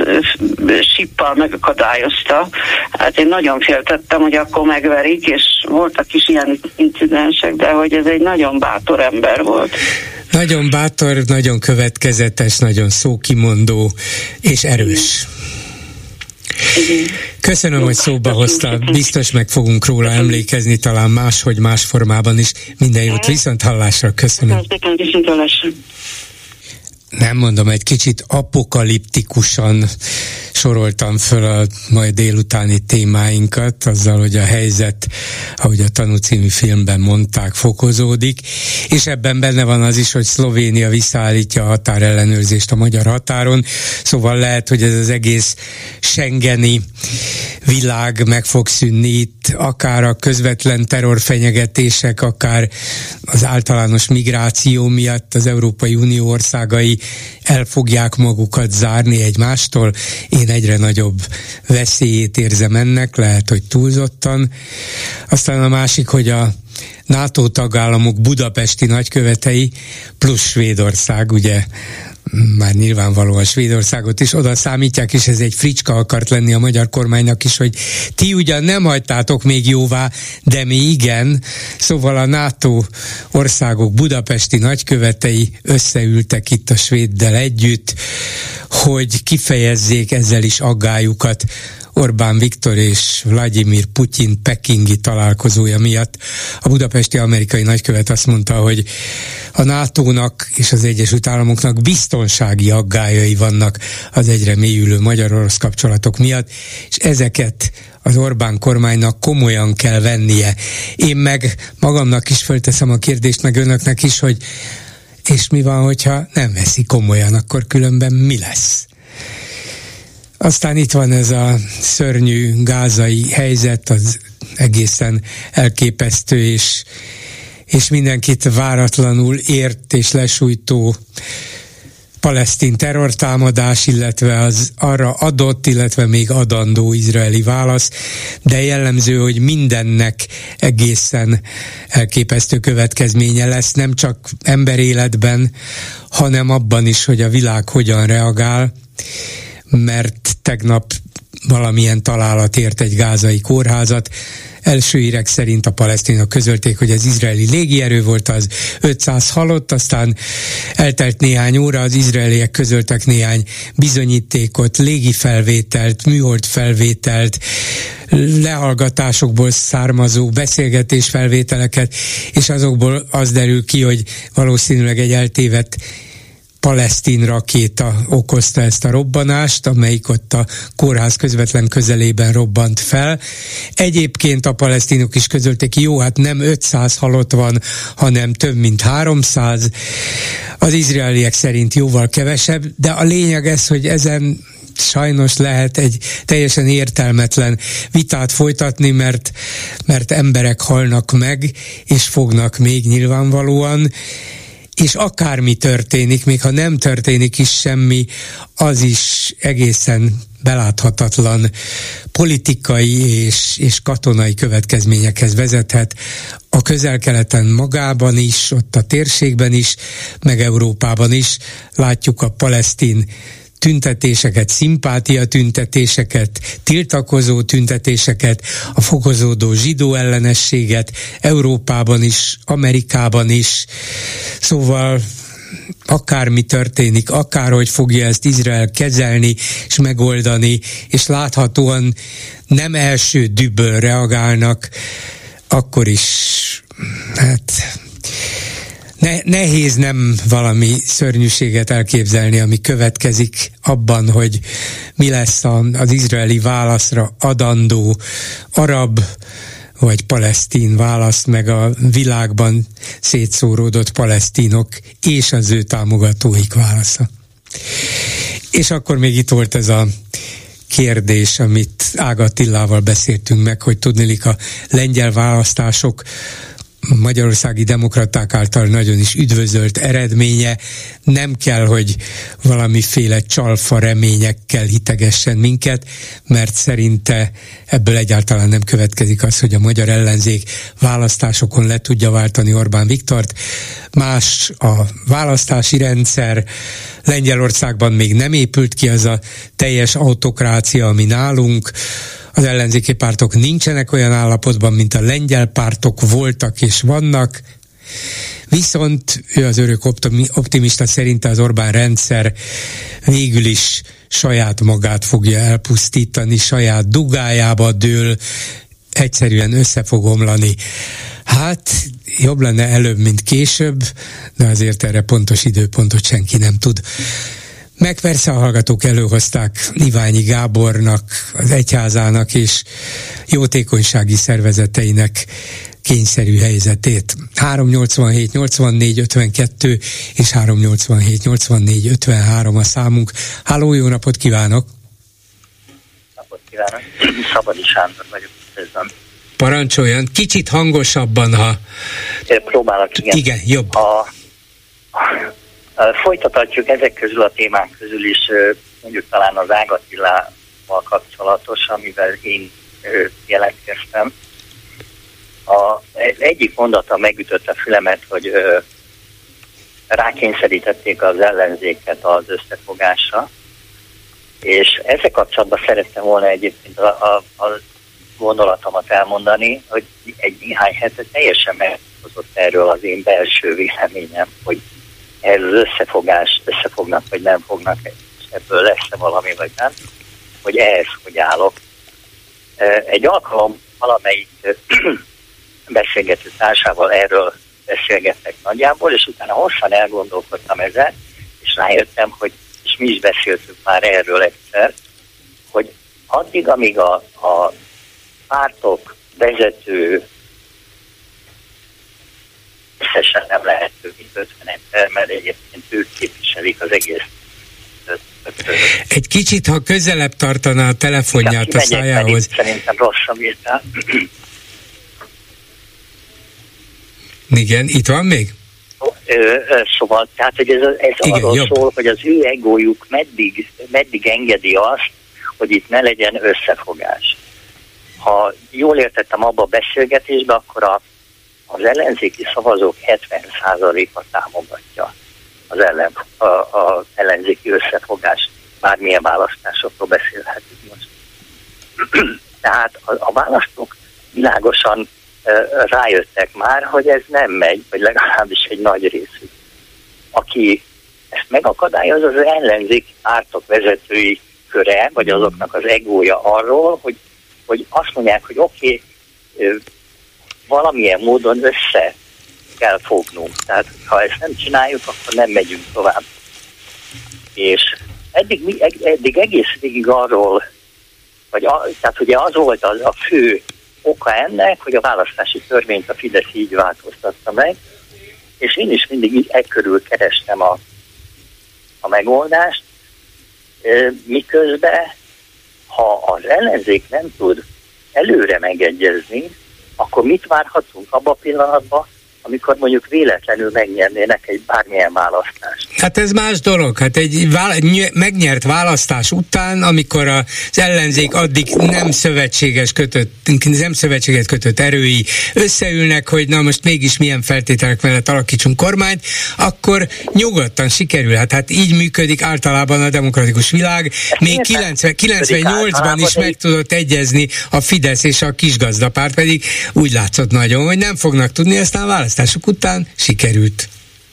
síppal megakadályozta. Hát én nagyon féltettem, hogy akkor megverik, és voltak is ilyen incidensek, de hogy ez egy nagyon bátor ember volt. Nagyon bátor, nagyon következetes, nagyon szókimondó és erős. Köszönöm, hogy szóba hozta. Biztos meg fogunk róla emlékezni, talán máshogy, más formában is. Minden jót, viszont hallásra. Köszönöm. Nem mondom, egy kicsit apokaliptikusan soroltam föl a majd délutáni témáinkat, azzal, hogy a helyzet, ahogy a Tanú című filmben mondták, fokozódik, és ebben benne van az is, hogy Szlovénia visszaállítja a határellenőrzést a magyar határon, szóval lehet, hogy ez az egész schengeni világ meg fog szűnni itt, akár a közvetlen terrorfenyegetések, akár az általános migráció miatt az Európai Unió országai el fogják magukat zárni egymástól. Én egyre nagyobb veszélyét érzem ennek, lehet, hogy túlzottan. Aztán a másik, hogy a NATO tagállamok budapesti nagykövetei plusz Svédország, ugye már nyilvánvalóan Svédországot is oda számítják, és ez egy fricska akart lenni a magyar kormánynak is, hogy ti ugyan nem hagytátok még jóvá, de mi igen. Szóval a NATO országok budapesti nagykövetei összeültek itt a svéddel együtt, hogy kifejezzék ezzel is aggályukat Orbán Viktor és Vladimir Putyin pekingi találkozója miatt. A budapesti amerikai nagykövet azt mondta, hogy a NATO-nak és az Egyesült Államoknak biztonsági aggályai vannak az egyre mélyülő magyar-orosz kapcsolatok miatt, és ezeket az Orbán kormánynak komolyan kell vennie. Én meg magamnak is fölteszem a kérdést, meg önöknek is, hogy és mi van, hogyha nem veszi komolyan, akkor különben mi lesz? Aztán itt van ez a szörnyű gázai helyzet, az egészen elképesztő, és mindenkit váratlanul ért és lesújtó palesztin terrortámadás, illetve az arra adott, illetve még adandó izraeli válasz, de jellemző, hogy mindennek egészen elképesztő következménye lesz, nem csak emberéletben, hanem abban is, hogy a világ hogyan reagál, mert tegnap valamilyen találat ért egy gázai kórházat. Első hírek szerint a palesztinok közölték, hogy az izraeli légierő volt az 500 halott, aztán eltelt néhány óra, az izraeliek közöltek néhány bizonyítékot, légifelvételt, műholdfelvételt, lehallgatásokból származó beszélgetésfelvételeket, és azokból az derül ki, hogy valószínűleg egy eltévedt palesztin rakéta okozta ezt a robbanást, amelyik ott a kórház közvetlen közelében robbant fel. Egyébként a palesztinok is közölték, jó, hát nem 500 halott van, hanem több mint 300. Az izraeliek szerint jóval kevesebb, de a lényeg ez, hogy ezen sajnos lehet egy teljesen értelmetlen vitát folytatni, mert emberek halnak meg, és fognak még nyilvánvalóan, és akármi történik, még ha nem történik is semmi, az is egészen beláthatatlan politikai és katonai következményekhez vezethet a Közel-Keleten magában is, ott a térségben is, meg Európában is. Látjuk a palesztin tüntetéseket, szimpátia tüntetéseket, tiltakozó tüntetéseket, a fokozódó zsidó ellenességet Európában is, Amerikában is. Szóval akármi történik, akárhogy fogja ezt Izrael kezelni és megoldani, és láthatóan nem első dübből reagálnak, akkor is nehéz nem valami szörnyűséget elképzelni, ami következik abban, hogy mi lesz az izraeli válaszra adandó arab vagy palesztin válasz, meg a világban szétszóródott palesztinok és az ő támogatóik válasza. És akkor még itt volt ez a kérdés, amit Ága Attilával beszéltünk meg, hogy tudniillik a lengyel választások magyarországi demokraták által nagyon is üdvözölt eredménye. Nem kell, hogy valamiféle csalfa reményekkel hitegessen minket, mert szerinte ebből egyáltalán nem következik az, hogy a magyar ellenzék választásokon le tudja váltani Orbán Viktort. Más a választási rendszer, Lengyelországban még nem épült ki az a teljes autokrácia, ami nálunk. Az ellenzéki pártok nincsenek olyan állapotban, mint a lengyel pártok voltak és vannak, viszont ő az örök optimista szerint az Orbán rendszer végül is saját magát fogja elpusztítani, saját dugájába dől, egyszerűen össze fog omlani. Hát jobb lenne előbb, mint később, de azért erre pontos időpontot senki nem tud. Meg persze a hallgatók előhozták Iványi Gábornak, az egyházának és jótékonysági szervezeteinek kényszerű helyzetét. 387 84 52 és 387 84 53 a számunk. Háló, jó napot kívánok! Napot kívánok! Szabadi Sándor vagyok. Köszönöm. Parancsoljon, kicsit hangosabban, ha... Próbálok, igen. Igen, jobb. Folytathatjuk ezek közül a témák közül is, mondjuk talán az Ág Attilával kapcsolatos, amivel én jelentkeztem. Egyik mondata megütötte a fülemet, hogy rákényszerítették az ellenzéket az összefogásra, és ezzel kapcsolatban szerettem volna egyébként a gondolatomat elmondani, hogy egy néhány hete teljesen meghozott erről az én belső véleményem, hogy ez az összefognak, vagy nem fognak, és ebből lesz-e valami, vagy nem, hogy ehhez hogy állok. Egy alkalom valamelyik beszélgető társával erről beszélgettek nagyjából, és utána hosszan elgondolkodtam ezen, és rájöttem, hogy, és mi is beszéltünk már erről egyszer, hogy addig, amíg a pártok vezető összesen nem lehet több mint 50 ember, mert egyébként ők képviselik az egész. Egy kicsit, ha közelebb tartaná a telefonját a szájához. Szerintem rosszabb írtál. Igen, itt van még? Szóval, tehát, hogy ez igen, arról jobb. Szól, hogy az ő egójuk meddig engedi azt, hogy itt ne legyen összefogás. Ha jól értettem abba a beszélgetésbe, akkor az ellenzéki szavazók 70%-a támogatja az ellenzéki összefogást. Bármilyen választásokról beszélhetünk most. Tehát a választók világosan rájöttek már, hogy ez nem megy, vagy legalábbis egy nagy részük. Aki ezt megakadályoz, az ellenzéki pártok vezetői köre, vagy azoknak az egója arról, hogy azt mondják, hogy oké, valamilyen módon össze kell fognunk. Tehát ha ezt nem csináljuk, akkor nem megyünk tovább. És eddig egész végig arról, tehát ugye az volt a fő oka ennek, hogy a választási törvényt a Fidesz így változtatta meg, és én is mindig így ekkörül kerestem a megoldást, miközben ha az ellenzék nem tud előre megegyezni, akkor mit várhatunk abban a pillanatban, amikor mondjuk véletlenül megnyernének egy bármilyen választást. Hát ez más dolog. Hát egy megnyert választás után, amikor az ellenzék addig nem szövetséget kötött erői összeülnek, hogy na most mégis milyen feltételek mellett alakítsunk kormányt, akkor nyugodtan sikerülhet. Hát így működik általában a demokratikus világ. Még 98-ban is meg tudott egyezni a Fidesz és a kisgazdapárt, pedig úgy látszott nagyon, hogy nem fognak tudni, aztán választások után sikerült.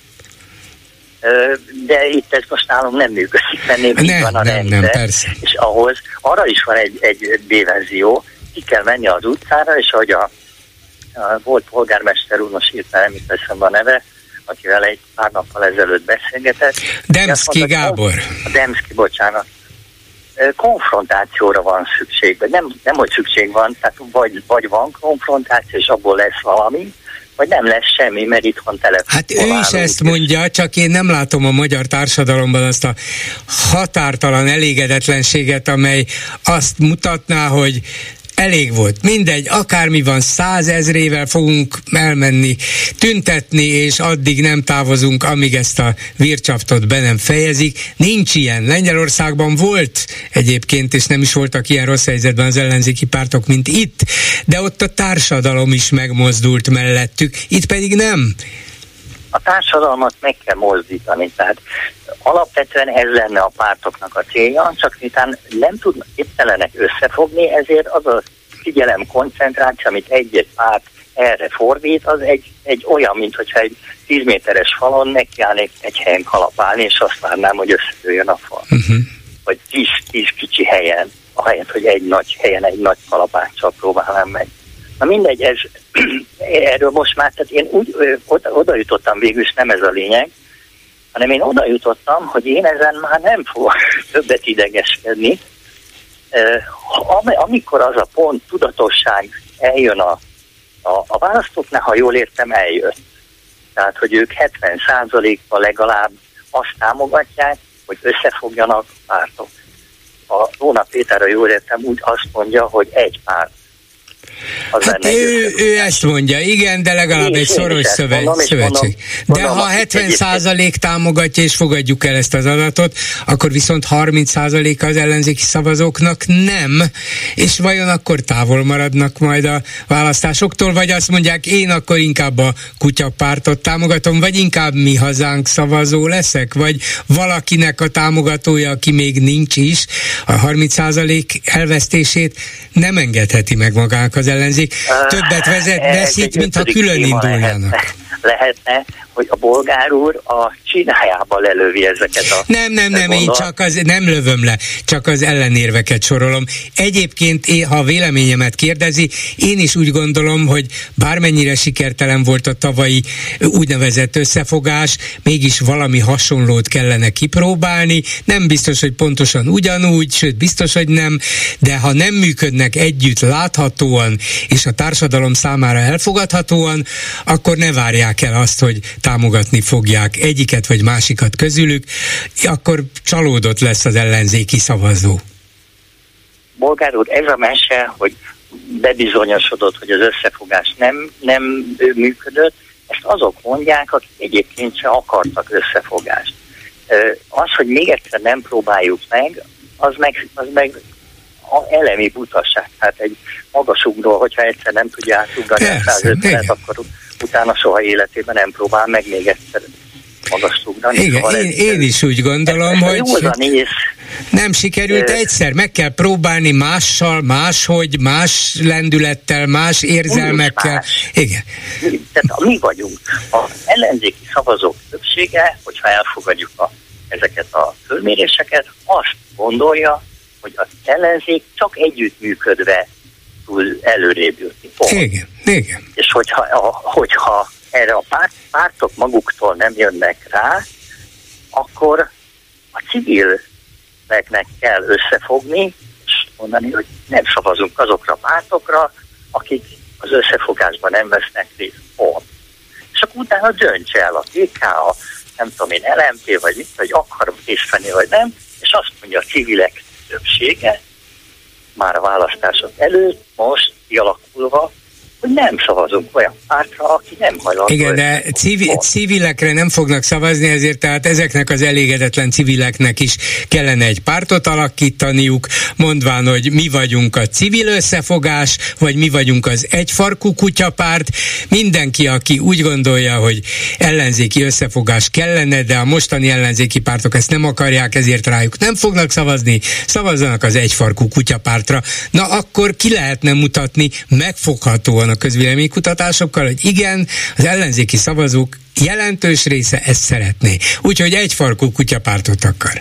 De itt ez most nálunk nem működik, mert nem, persze. És ahhoz arra is van egy B-verzió, ki kell menni az utcára, és ahogy a volt polgármester úr, most írta, nem itt eszembe a neve, akivel egy pár nappal ezelőtt beszélgetett. Demszky Gábor. Demszky, bocsánat. Konfrontációra van szükség, vagy nem hogy szükség van, tehát vagy van konfrontáció, és abból lesz valami, vagy nem lesz semmi, mert itthon telefonálunk. Hát ő is ezt mondja, csak én nem látom a magyar társadalomban azt a határtalan elégedetlenséget, amely azt mutatná, hogy elég volt. Mindegy, akármi van, 100 000-ével fogunk elmenni, tüntetni, és addig nem távozunk, amíg ezt a vircsaftot be nem fejezik. Nincs ilyen. Lengyelországban volt egyébként, és nem is voltak ilyen rossz helyzetben az ellenzéki pártok, mint itt, de ott a társadalom is megmozdult mellettük, itt pedig nem. A társadalmat meg kell mozdítani, tehát alapvetően ez lenne a pártoknak a célja, csak miután nem tudnak képtelenek összefogni, ezért az a figyelem koncentráció, amit egy-egy párt erre fordít, az egy olyan, mintha egy 10 méteres falon nekiállnék egy helyen kalapálni, és azt várnám, hogy összedőjön a fal. Vagy 10 kicsi helyen, ahelyett, hogy egy nagy helyen egy nagy kalapáccsal próbálnám meg. Na mindegy, erről most már, tehát én úgy oda jutottam végül, és nem ez a lényeg, hanem én oda jutottam, hogy én ezen már nem fogok többet idegeskedni. Amikor az a pont, tudatosság eljön a választóknál, ha jól értem, eljött. Tehát, hogy ők 70%-ban legalább azt támogatják, hogy összefogjanak pártok. a Róna Péter, a jól értem, úgy azt mondja, hogy egy párt. Hát ő ezt mondja, igen, de legalább egy szoros szövetség. De ha 70% támogatja, és fogadjuk el ezt az adatot, akkor viszont 30% az ellenzéki szavazóknak nem, és vajon akkor távol maradnak majd a választásoktól, vagy azt mondják, én akkor inkább a kutyapártot támogatom, vagy inkább Mi Hazánk szavazó leszek, vagy valakinek a támogatója, aki még nincs is, a 30% elvesztését nem engedheti meg magának az ellenzék. Többet veszít, mintha külön indulnának. Lehetne, hogy a bolgár úr a csinájába lelövi ezeket a... Nem, én nem lövöm le, csak az ellenérveket sorolom. Egyébként, ha a véleményemet kérdezi, én is úgy gondolom, hogy bármennyire sikertelen volt a tavalyi úgynevezett összefogás, mégis valami hasonlót kellene kipróbálni. Nem biztos, hogy pontosan ugyanúgy, sőt biztos, hogy nem, de ha nem működnek együtt láthatóan, és a társadalom számára elfogadhatóan, akkor ne várják el azt, hogy támogatni fogják egyiket vagy másikat közülük, akkor csalódott lesz az ellenzéki szavazó. Bolgár úr, ez a mese, hogy bebizonyosodott, hogy az összefogás nem működött, ezt azok mondják, akik egyébként se akartak összefogást. Az, hogy még egyszer nem próbáljuk meg, az meg elemi butaság. Hát egy magasugró, hogyha egyszer nem tudja átugrani a 150-et, akkor utána soha életében nem próbál meg még egyszer magast ugrani. Igen, szóval én is úgy gondolom, hogy nem sikerült egyszer, meg kell próbálni mással, máshogy, más lendülettel, más érzelmekkel. Más. Igen. Tehát mi vagyunk. Az ellenzéki szavazók többsége, hogyha elfogadjuk ezeket a fölméréseket, azt gondolja, hogy az ellenzék csak együttműködve tud előrébb jutni. Igen. És hogyha erre a pártok maguktól nem jönnek rá, akkor a civileknek kell összefogni, és mondani, hogy nem szavazunk azokra a pártokra, akik az összefogásban nem vesznek részt. És akkor utána döntse el a DK, nem tudom én, LMP, vagy mit, hogy akarom részt venni, vagy nem, és azt mondja a civilek többsége, már a választások előtt, most kialakulva, hogy nem szavazunk olyan pártra, aki nem hajlandó. Igen, de civilekre nem fognak szavazni, ezért tehát ezeknek az elégedetlen civileknek is kellene egy pártot alakítaniuk, mondván, hogy mi vagyunk a civil összefogás, vagy mi vagyunk az egyfarkú kutyapárt. Mindenki, aki úgy gondolja, hogy ellenzéki összefogás kellene, de a mostani ellenzéki pártok ezt nem akarják, ezért rájuk nem fognak szavazni, szavazzanak az egyfarkú kutyapártra. Na akkor ki lehetne mutatni megfoghatóan a közvéleménykutatásokkal, hogy igen, az ellenzéki szavazók jelentős része ezt szeretné. Úgyhogy egyfarkú kutyapártot akar.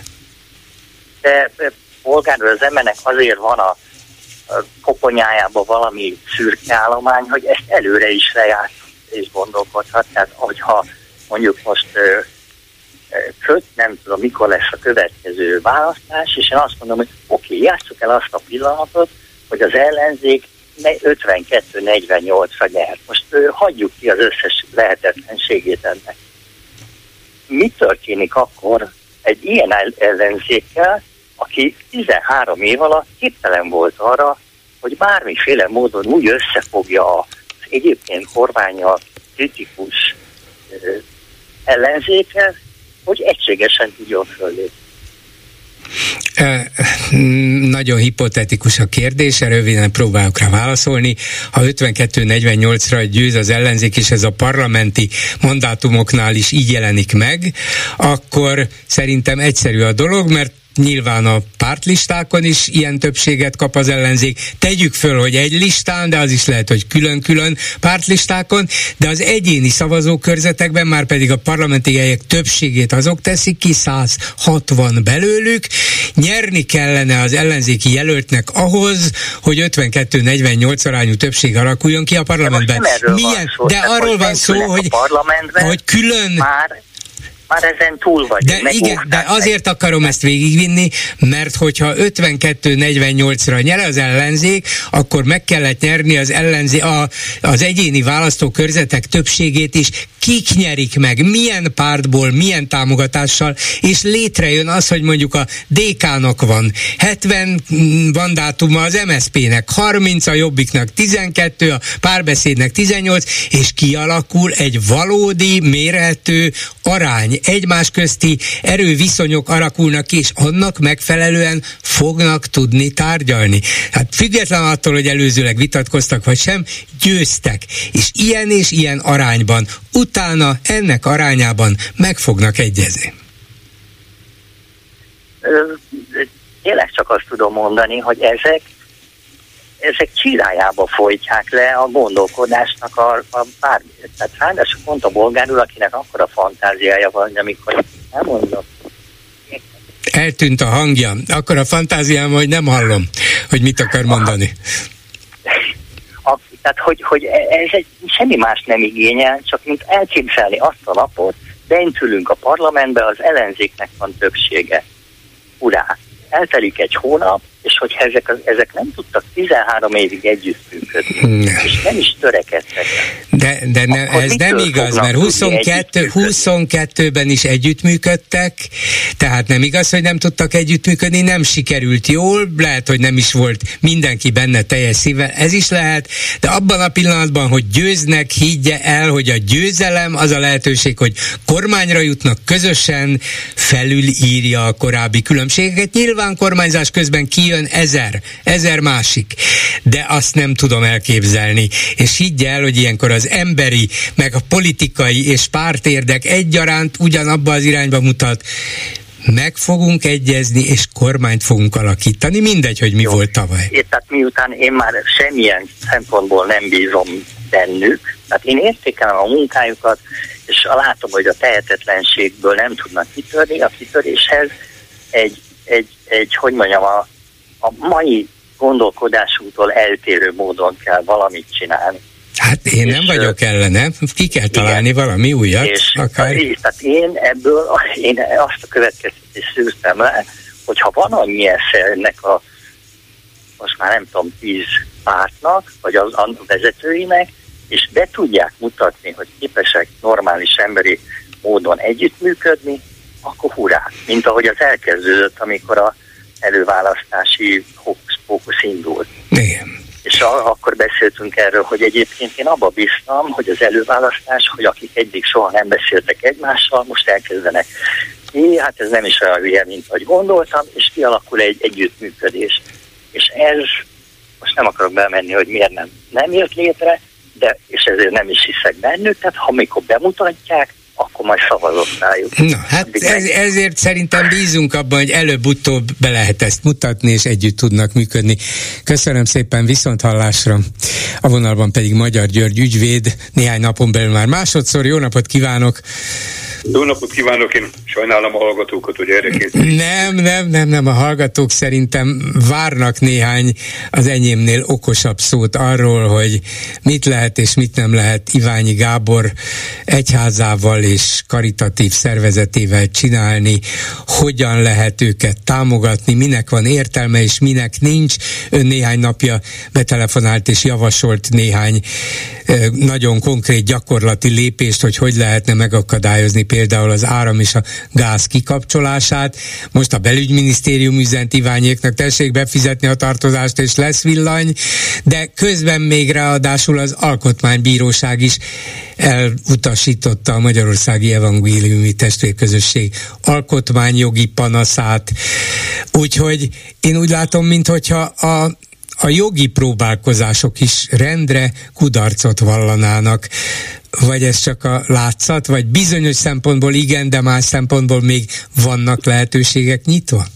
De polgár, az MN-nek azért van a koponyájában valami szürke állomány, hogy ezt előre is lejárt és gondolkodhat. Tehát, hogyha mondjuk most nem tudom, mikor lesz a következő választás, és én azt mondom, hogy oké, játsszuk el azt a pillanatot, hogy az ellenzék 52-48-ra nyert. Most hagyjuk ki az összes lehetetlenségét ennek. Mi történik akkor egy ilyen ellenzékkel, aki 13 év alatt képtelen volt arra, hogy bármiféle módon úgy összefogja az egyébként kormánnyal kritikus ellenzéket, hogy egységesen tudjon föllépni. Nagyon hipotetikus a kérdés, röviden próbálok rá válaszolni. Ha 52-48-ra győz az ellenzék, és ez a parlamenti mandátumoknál is így jelenik meg, akkor szerintem egyszerű a dolog, mert nyilván a pártlistákon is ilyen többséget kap az ellenzék. Tegyük föl, hogy egy listán, de az is lehet, hogy külön-külön pártlistákon, de az egyéni szavazókörzetekben már pedig a parlamenti helyek többségét azok teszik ki, 160 belőlük. Nyerni kellene az ellenzéki jelöltnek ahhoz, hogy 52-48 arányú többség alakuljon ki a parlamentben. De arról van szó, hogy külön... Már ezen túl vagy. De igen, de azért akarom ezt végigvinni, mert hogyha 52-48-ra nyer az ellenzék, akkor meg kellett nyerni az egyéni választókörzetek többségét is. Kik nyerik meg, milyen pártból, milyen támogatással, és létrejön az, hogy mondjuk a DK-nak van 70 mandátuma, az MSZP-nek 30, a Jobbiknak 12, a Párbeszédnek 18, és kialakul egy valódi, mérhető arány. Egymás közti erőviszonyok alakulnak ki, és annak megfelelően fognak tudni tárgyalni. Hát független attól, hogy előzőleg vitatkoztak, vagy sem, győztek. És ilyen arányban, utána ennek arányában meg fognak egyezni. Tényleg csak azt tudom mondani, hogy ezek csirájába folytják le a gondolkodásnak a bármit. Tehát ráadásul pont a bolgár úr, akinek akkora fantáziája van, amikor elmondja. Eltűnt a hangja. Akkor a fantáziám, hogy nem hallom, hogy mit akar mondani. Tehát, hogy ez semmi más nem igényel, csak mint elképzelni azt a napot, bent ülünk a parlamentbe, az ellenzéknek van többsége. Urá! Eltelik egy hónap, és hogyha ezek nem tudtak 13 évig együttműködni, és nem is törekedtek. De ez nem igaz, mert 22-ben is együttműködtek, tehát nem igaz, hogy nem tudtak együttműködni, nem sikerült jól, lehet, hogy nem is volt mindenki benne teljes szívvel, ez is lehet, de abban a pillanatban, hogy győznek, higgye el, hogy a győzelem az a lehetőség, hogy kormányra jutnak közösen, felülírja a korábbi különbségeket. Nyilván kormányzás közben kijön ezer másik, de azt nem tudom elképzelni, és higgy el, hogy ilyenkor az emberi, meg a politikai és pártérdek egyaránt ugyanabba az irányba mutat. Meg fogunk egyezni, és kormányt fogunk alakítani, mindegy, hogy mi volt tavaly. Tehát miután én már semmilyen szempontból nem bízom bennük, tehát én értékelem a munkájukat, és látom, hogy a tehetetlenségből nem tudnak kitörni, a kitöréshez hogy mondjam, a mai gondolkodásunktól eltérő módon kell valamit csinálni. Hát én nem vagyok ellene, ki kell találni valami újat. Tehát én azt a következtetést szűrtem le, hogyha van annyi esze ennek most már nem tudom, 10 pártnak, vagy a vezetőinek, és be tudják mutatni, hogy képesek normális emberi módon együttműködni, akkor hurrá! Mint ahogy az elkezdődött, amikor a előválasztási hókusz indult. Igen. És akkor beszéltünk erről, hogy egyébként én abba bíztam, hogy az előválasztás, hogy akik eddig soha nem beszéltek egymással, most elkezdenek. Hát ez nem is olyan hülye, mint ahogy gondoltam, és kialakul egy együttműködés. És ez, most nem akarok bemenni, hogy miért nem jött létre, de és ezért nem is hiszek bennük, tehát ha amikor bemutatják, akkor majd szavazok rájuk. Na, hát ezért szerintem bízunk abban, hogy előbb-utóbb be lehet ezt mutatni, és együtt tudnak működni. Köszönöm szépen, viszonthallásra. A vonalban pedig Magyar György ügyvéd, néhány napon belül már másodszor. Jó napot kívánok! Jó napot kívánok, én sajnálom a hallgatókat, hogy erre készítik. Nem, a hallgatók szerintem várnak néhány az enyémnél okosabb szót arról, hogy mit lehet és mit nem lehet Iványi Gábor egyházával és karitatív szervezetével csinálni, hogyan lehet őket támogatni, minek van értelme és minek nincs. Ön néhány napja betelefonált és javasolt néhány nagyon konkrét gyakorlati lépést, hogy lehetne megakadályozni például az áram és a gáz kikapcsolását. Most a belügyminisztérium üzent Iványéknak, tessék befizetni a tartozást és lesz villany, de közben még ráadásul az Alkotmánybíróság is elutasította a Magyarországi Evangéliumi Testvérközösség alkotmányjogi panaszát. Úgyhogy én úgy látom, minthogyha a jogi próbálkozások is rendre kudarcot vallanának. Vagy ez csak a látszat, vagy bizonyos szempontból igen, de más szempontból még vannak lehetőségek nyitva?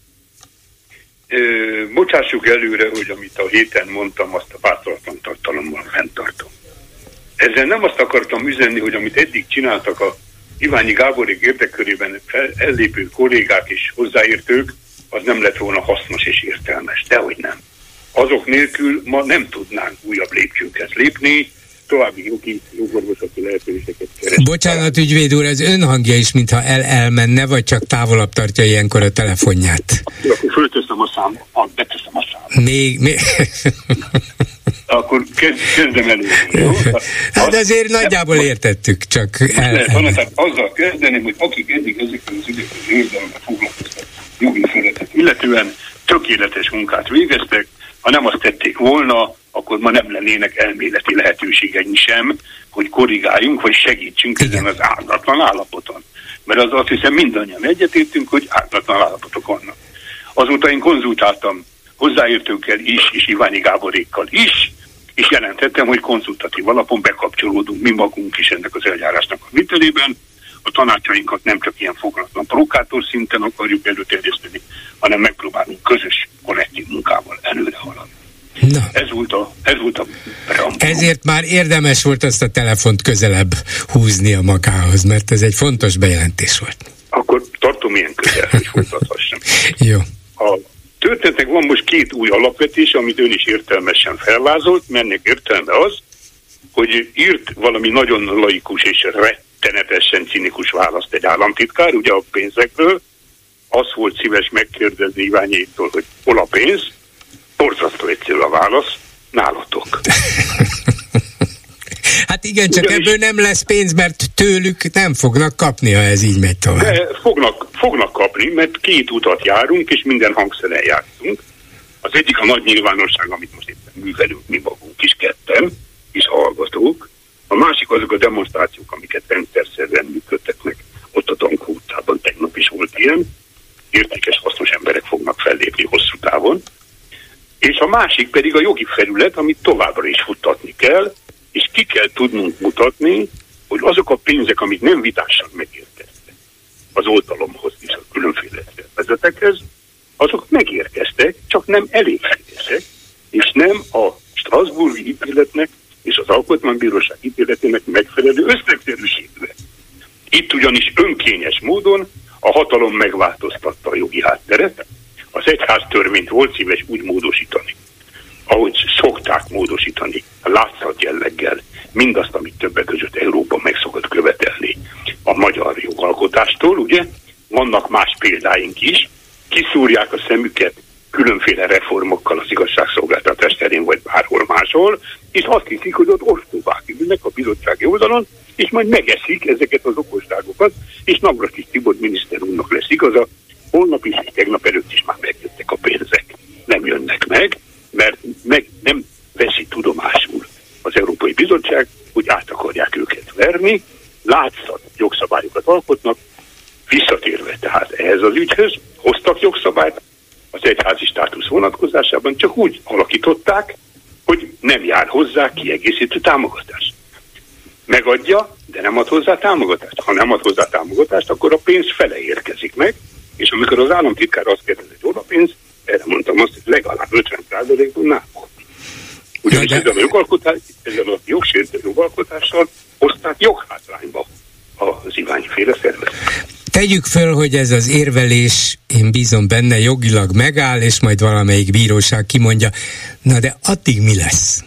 Bocsássuk előre, hogy amit a héten mondtam, azt a pártatlan tartalommal fenntartom. Ezzel nem azt akartam üzenni, hogy amit eddig csináltak a Iványi Gáborék érdekkörében ellépő kollégák és hozzáértők, az nem lett volna hasznos és értelmes. Dehogy nem. Azok nélkül ma nem tudnánk újabb lépcsőket lépni, további jogorvoslati lehetőségeket keresni. Bocsánat, ügyvéd úr, az ön hangja is, mintha elmenne, vagy csak távolabb tartja ilyenkor a telefonját? Akkor fölteszem a számot, beteszem a számot. Még... Akkor kezdem előre. Hát azért nagyjából értettük, csak tehát azzal kezdeném, hogy akik eddig ezekkel az ügyekkel érdelemben foglalkoztak jogi felületet, illetően tökéletes munkát végeztek, ha nem azt tették volna, akkor ma nem lennének elméleti lehetőségeink sem, hogy korrigáljunk, vagy segítsünk ezen az ártatlan állapoton. Mert azt hiszem mindannyian egyetértünk, hogy ártatlan állapotok vannak. Azóta én konzultáltam hozzáértőkkel is, és Iványi Gáborékkal is, és jelentettem, hogy konzultatív alapon bekapcsolódunk mi magunk is ennek az eljárásnak a vitelében. A tanácsainkat nem csak ilyen foglalatlan provokátor szinten akarjuk előterjeszteni, hanem megpróbálunk közös kollektív munkával előre haladni. Ez volt a preambulum. Ezért már érdemes volt azt a telefont közelebb húzni a magához, mert ez egy fontos bejelentés volt. Akkor tartom ilyen közel, hogy folytathassam. Jó. A történetnek van most két új alapvetés, amit ön is értelmesen felvázolt, mennek értelme az, hogy írt valami nagyon laikus és rettenetesen cinikus választ egy államtitkár, ugye a pénzekről, az volt szíves megkérdezni Iványétól, hogy hol a pénz, borzasztó egyszerű a válasz, nálatok. Hát igen, csak ugyanis ebből nem lesz pénz, mert tőlük nem fognak kapni, ha ez így megy tovább. De fognak kapni, mert két utat járunk, és minden hangszeren játszunk. Az egyik a nagy nyilvánosság, amit most éppen művelünk mi magunk is ketten, és hallgatók. A másik azok a demonstrációk, amiket rendszerszerűen működtetnek ott a Tankó utcában, tegnap is volt ilyen. Értékes, hasznos emberek fognak fellépni hosszú távon. És a másik pedig a jogi felület, amit továbbra is futtatni kell, és ki kell tudnunk mutatni, hogy azok a pénzek, amik nem vitásan megérkeztek az oltalomhoz és a különféle szervezetekhez, azok megérkeztek, csak nem elégségesek, és nem a strasbourgi ítéletnek és az Alkotmánybíróság ítéletének megfelelő összegszerűségűek. Itt ugyanis önkényes módon a hatalom megváltoztatta a jogi hátteret, az egyháztörvényt volt szíves úgy módosítani, ahogy szokták módosítani, látszat jelleggel mindazt, amit többek között Európa meg szokott követelni a magyar jogalkotástól, ugye? Vannak más példáink is, kiszúrják a szemüket különféle reformokkal az igazságszolgáltatás terén, vagy bárhol máshol, és azt hiszik, hogy ott ostobák ülnek a bizottsági oldalon, és majd megeszik ezeket az okosságokat, és Navracsics Tibor miniszter úrnak lesz igaza, holnap is és tegnap előtt is már megjöttek a pénzek. Nem jönnek meg, mert nem veszi tudomásul az Európai Bizottság, hogy át akarják őket verni, látszat jogszabályokat alkotnak, visszatérve tehát ehhez az ügyhöz, hoztak jogszabályt az egyházi státusz vonatkozásában, csak úgy alakították, hogy nem jár hozzá kiegészítő támogatás. Megadja, de nem ad hozzá támogatást. Ha nem ad hozzá támogatást, akkor a pénz fele érkezik meg, és amikor az államtitkár azt kérdezi, hogy hol a pénz, erre mondtam azt, hogy legalább 50%-ban nem. Ugyanis ezzel a jogsértő jogalkotással hozták joghátrányba az Iványi-féle szervezet. Tegyük föl, hogy ez az érvelés, én bízom benne, jogilag megáll, és majd valamelyik bíróság kimondja. Na de addig mi lesz?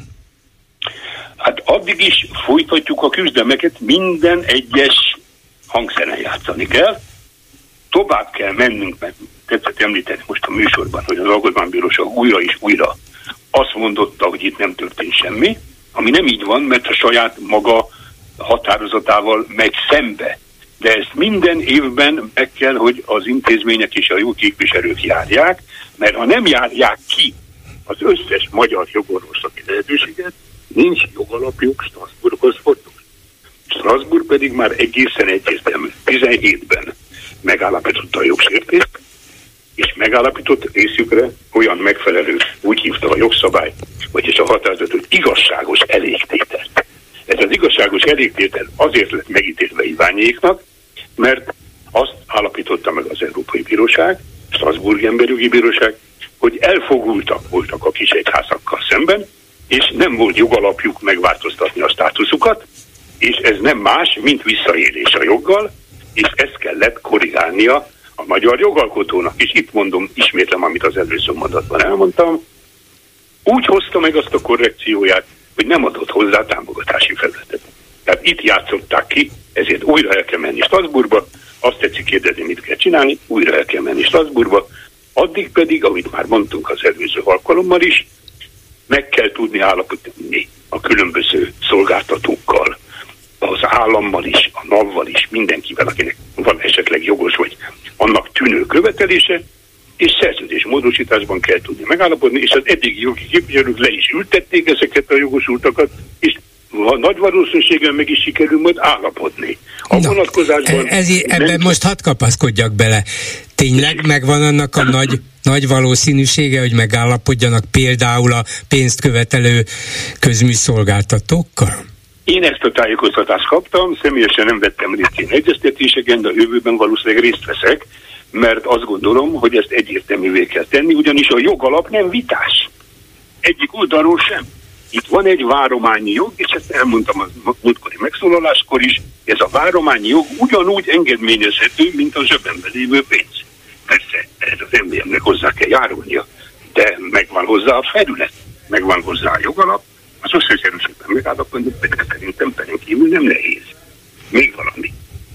Hát addig is folytatjuk a küzdelmeket, minden egyes hangszeren játszani kell. Tovább kell mennünk, mert tetszett említeni most a műsorban, hogy az Alkotmánybíróság újra és újra azt mondotta, hogy itt nem történt semmi, ami nem így van, mert a saját maga határozatával megy szembe. De ezt minden évben meg kell, hogy az intézmények és a jó képviselők járják, mert ha nem járják ki az összes magyar jogorvoslati lehetőséget, nincs jogalapjuk Strasbourghoz fordulni. Strasbourg pedig már egészen egyértelmű 17-ben megállapította a jogsértést, és megállapított részükre olyan megfelelő, úgy hívta a jogszabály, vagyis a határozat, hogy igazságos elégtétel. Ez az igazságos elégtétel azért lett megítélve Iványéknak, mert azt állapította meg az Európai Bíróság, Strasbourgi Emberjogi Bíróság, hogy elfogultak voltak a kis egyházakkal szemben, és nem volt jogalapjuk megváltoztatni a státuszukat, és ez nem más, mint visszaélés a joggal, és ezt kellett korrigálnia a magyar jogalkotónak. És itt mondom, ismétlem, amit az előző mondatban elmondtam, úgy hozta meg azt a korrekcióját, hogy nem adott hozzá támogatási felületet. Tehát itt játszották ki, ezért újra el kell menni Strasbourgba, azt tetszik kérdezni, mit kell csinálni, újra el kell menni Strasbourgba, addig pedig, amit már mondtunk az előző alkalommal is, meg kell tudni állapodni a különböző szolgáltatókkal, az állammal is, a NAV-val is, mindenkivel, akinek van esetleg jogos vagy annak tűnő követelése, és szerződésmódosításban kell tudni megállapodni, és az eddigi jogi képviselők le is ültették ezeket a jogosultakat, és nagy valószínűséggel meg is sikerül majd állapodni. A vonatkozásban... Ebben most hadd kapaszkodjak bele. Tényleg megvan annak a nagy valószínűsége, hogy megállapodjanak például a pénzt követelő közműszolgáltatókkal? Én ezt a tájékoztatást kaptam, személyesen nem vettem részt én egyeztetéseken, de a jövőben valószínűleg részt veszek, mert azt gondolom, hogy ezt egyértelművé kell tenni, ugyanis a jogalap nem vitás. Egyik oldalról sem. Itt van egy várományi jog, és ezt elmondtam a múltkori megszólaláskor is, ez a várományi jog ugyanúgy engedményezhető, mint a zsebemben lévő pénz. Persze, ez az MVM-nek hozzá kell járulnia, de megvan hozzá a felület, megvan hozzá a jogalap, az összeszerűségben megállapodni, pedig szerintem peren kívül nem nehéz. Még valami.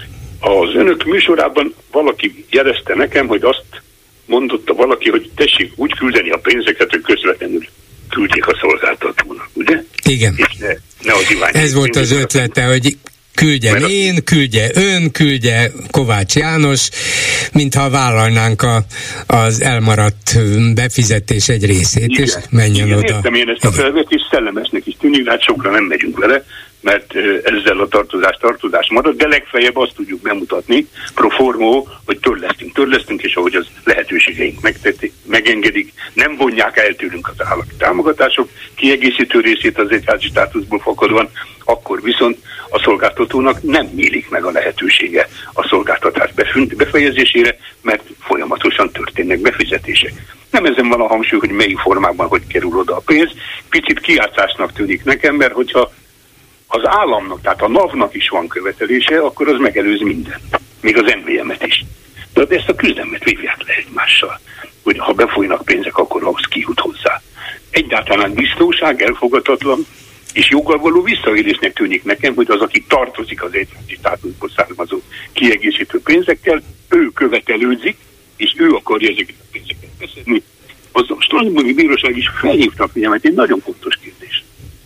Az önök műsorában valaki jelezte nekem, hogy azt mondotta valaki, hogy tessék úgy küldeni a pénzeket, hogy közvetlenül küldjék a szolgáltatónak, ugye? Igen. És ne az Iványi. Ez volt az ötlete, hogy küldjem én, küldje ön, küldje Kovács János, mintha vállalnánk az elmaradt befizetés egy részét, igen, és menjen oda. Értem én ezt a felvetést, szellemesnek is tűnik, hát sokra nem megyünk vele, mert ezzel a tartozás marad, de legfeljebb azt tudjuk bemutatni, pro forma, hogy törlesztünk, és ahogy az lehetőségeink megengedik, nem vonják el tőlünk az állami támogatások kiegészítő részét az egyházi státuszból fakadóan, akkor viszont a szolgáltatónak nem nyílik meg a lehetősége a szolgáltatás befejezésére, mert folyamatosan történnek befizetések. Nem ezen van a hangsúly, hogy melyik formában hogy kerül oda a pénz. Picit kijátszásnak tűnik nekem, mert hogyha az államnak, tehát a NAV-nak is van követelése, akkor az megelőz mindent. Még az MVM-et is. De ezt a küzdelmet vívják le egymással, hogy ha befolynak pénzek, akkor ahhoz ki jut hozzá. Egyáltalán biztonság elfogadhatatlan, és joggal való visszaélésnek tűnik nekem, hogy az, aki tartozik az egyházi státuszból származó kiegészítő pénzekkel, ő követelődzik, és ő akarja ezeket a pénzeket beszedni. Az a Strasbourgi Bíróság is felhívta a figyelmet, egy nagyon fontos kérdés.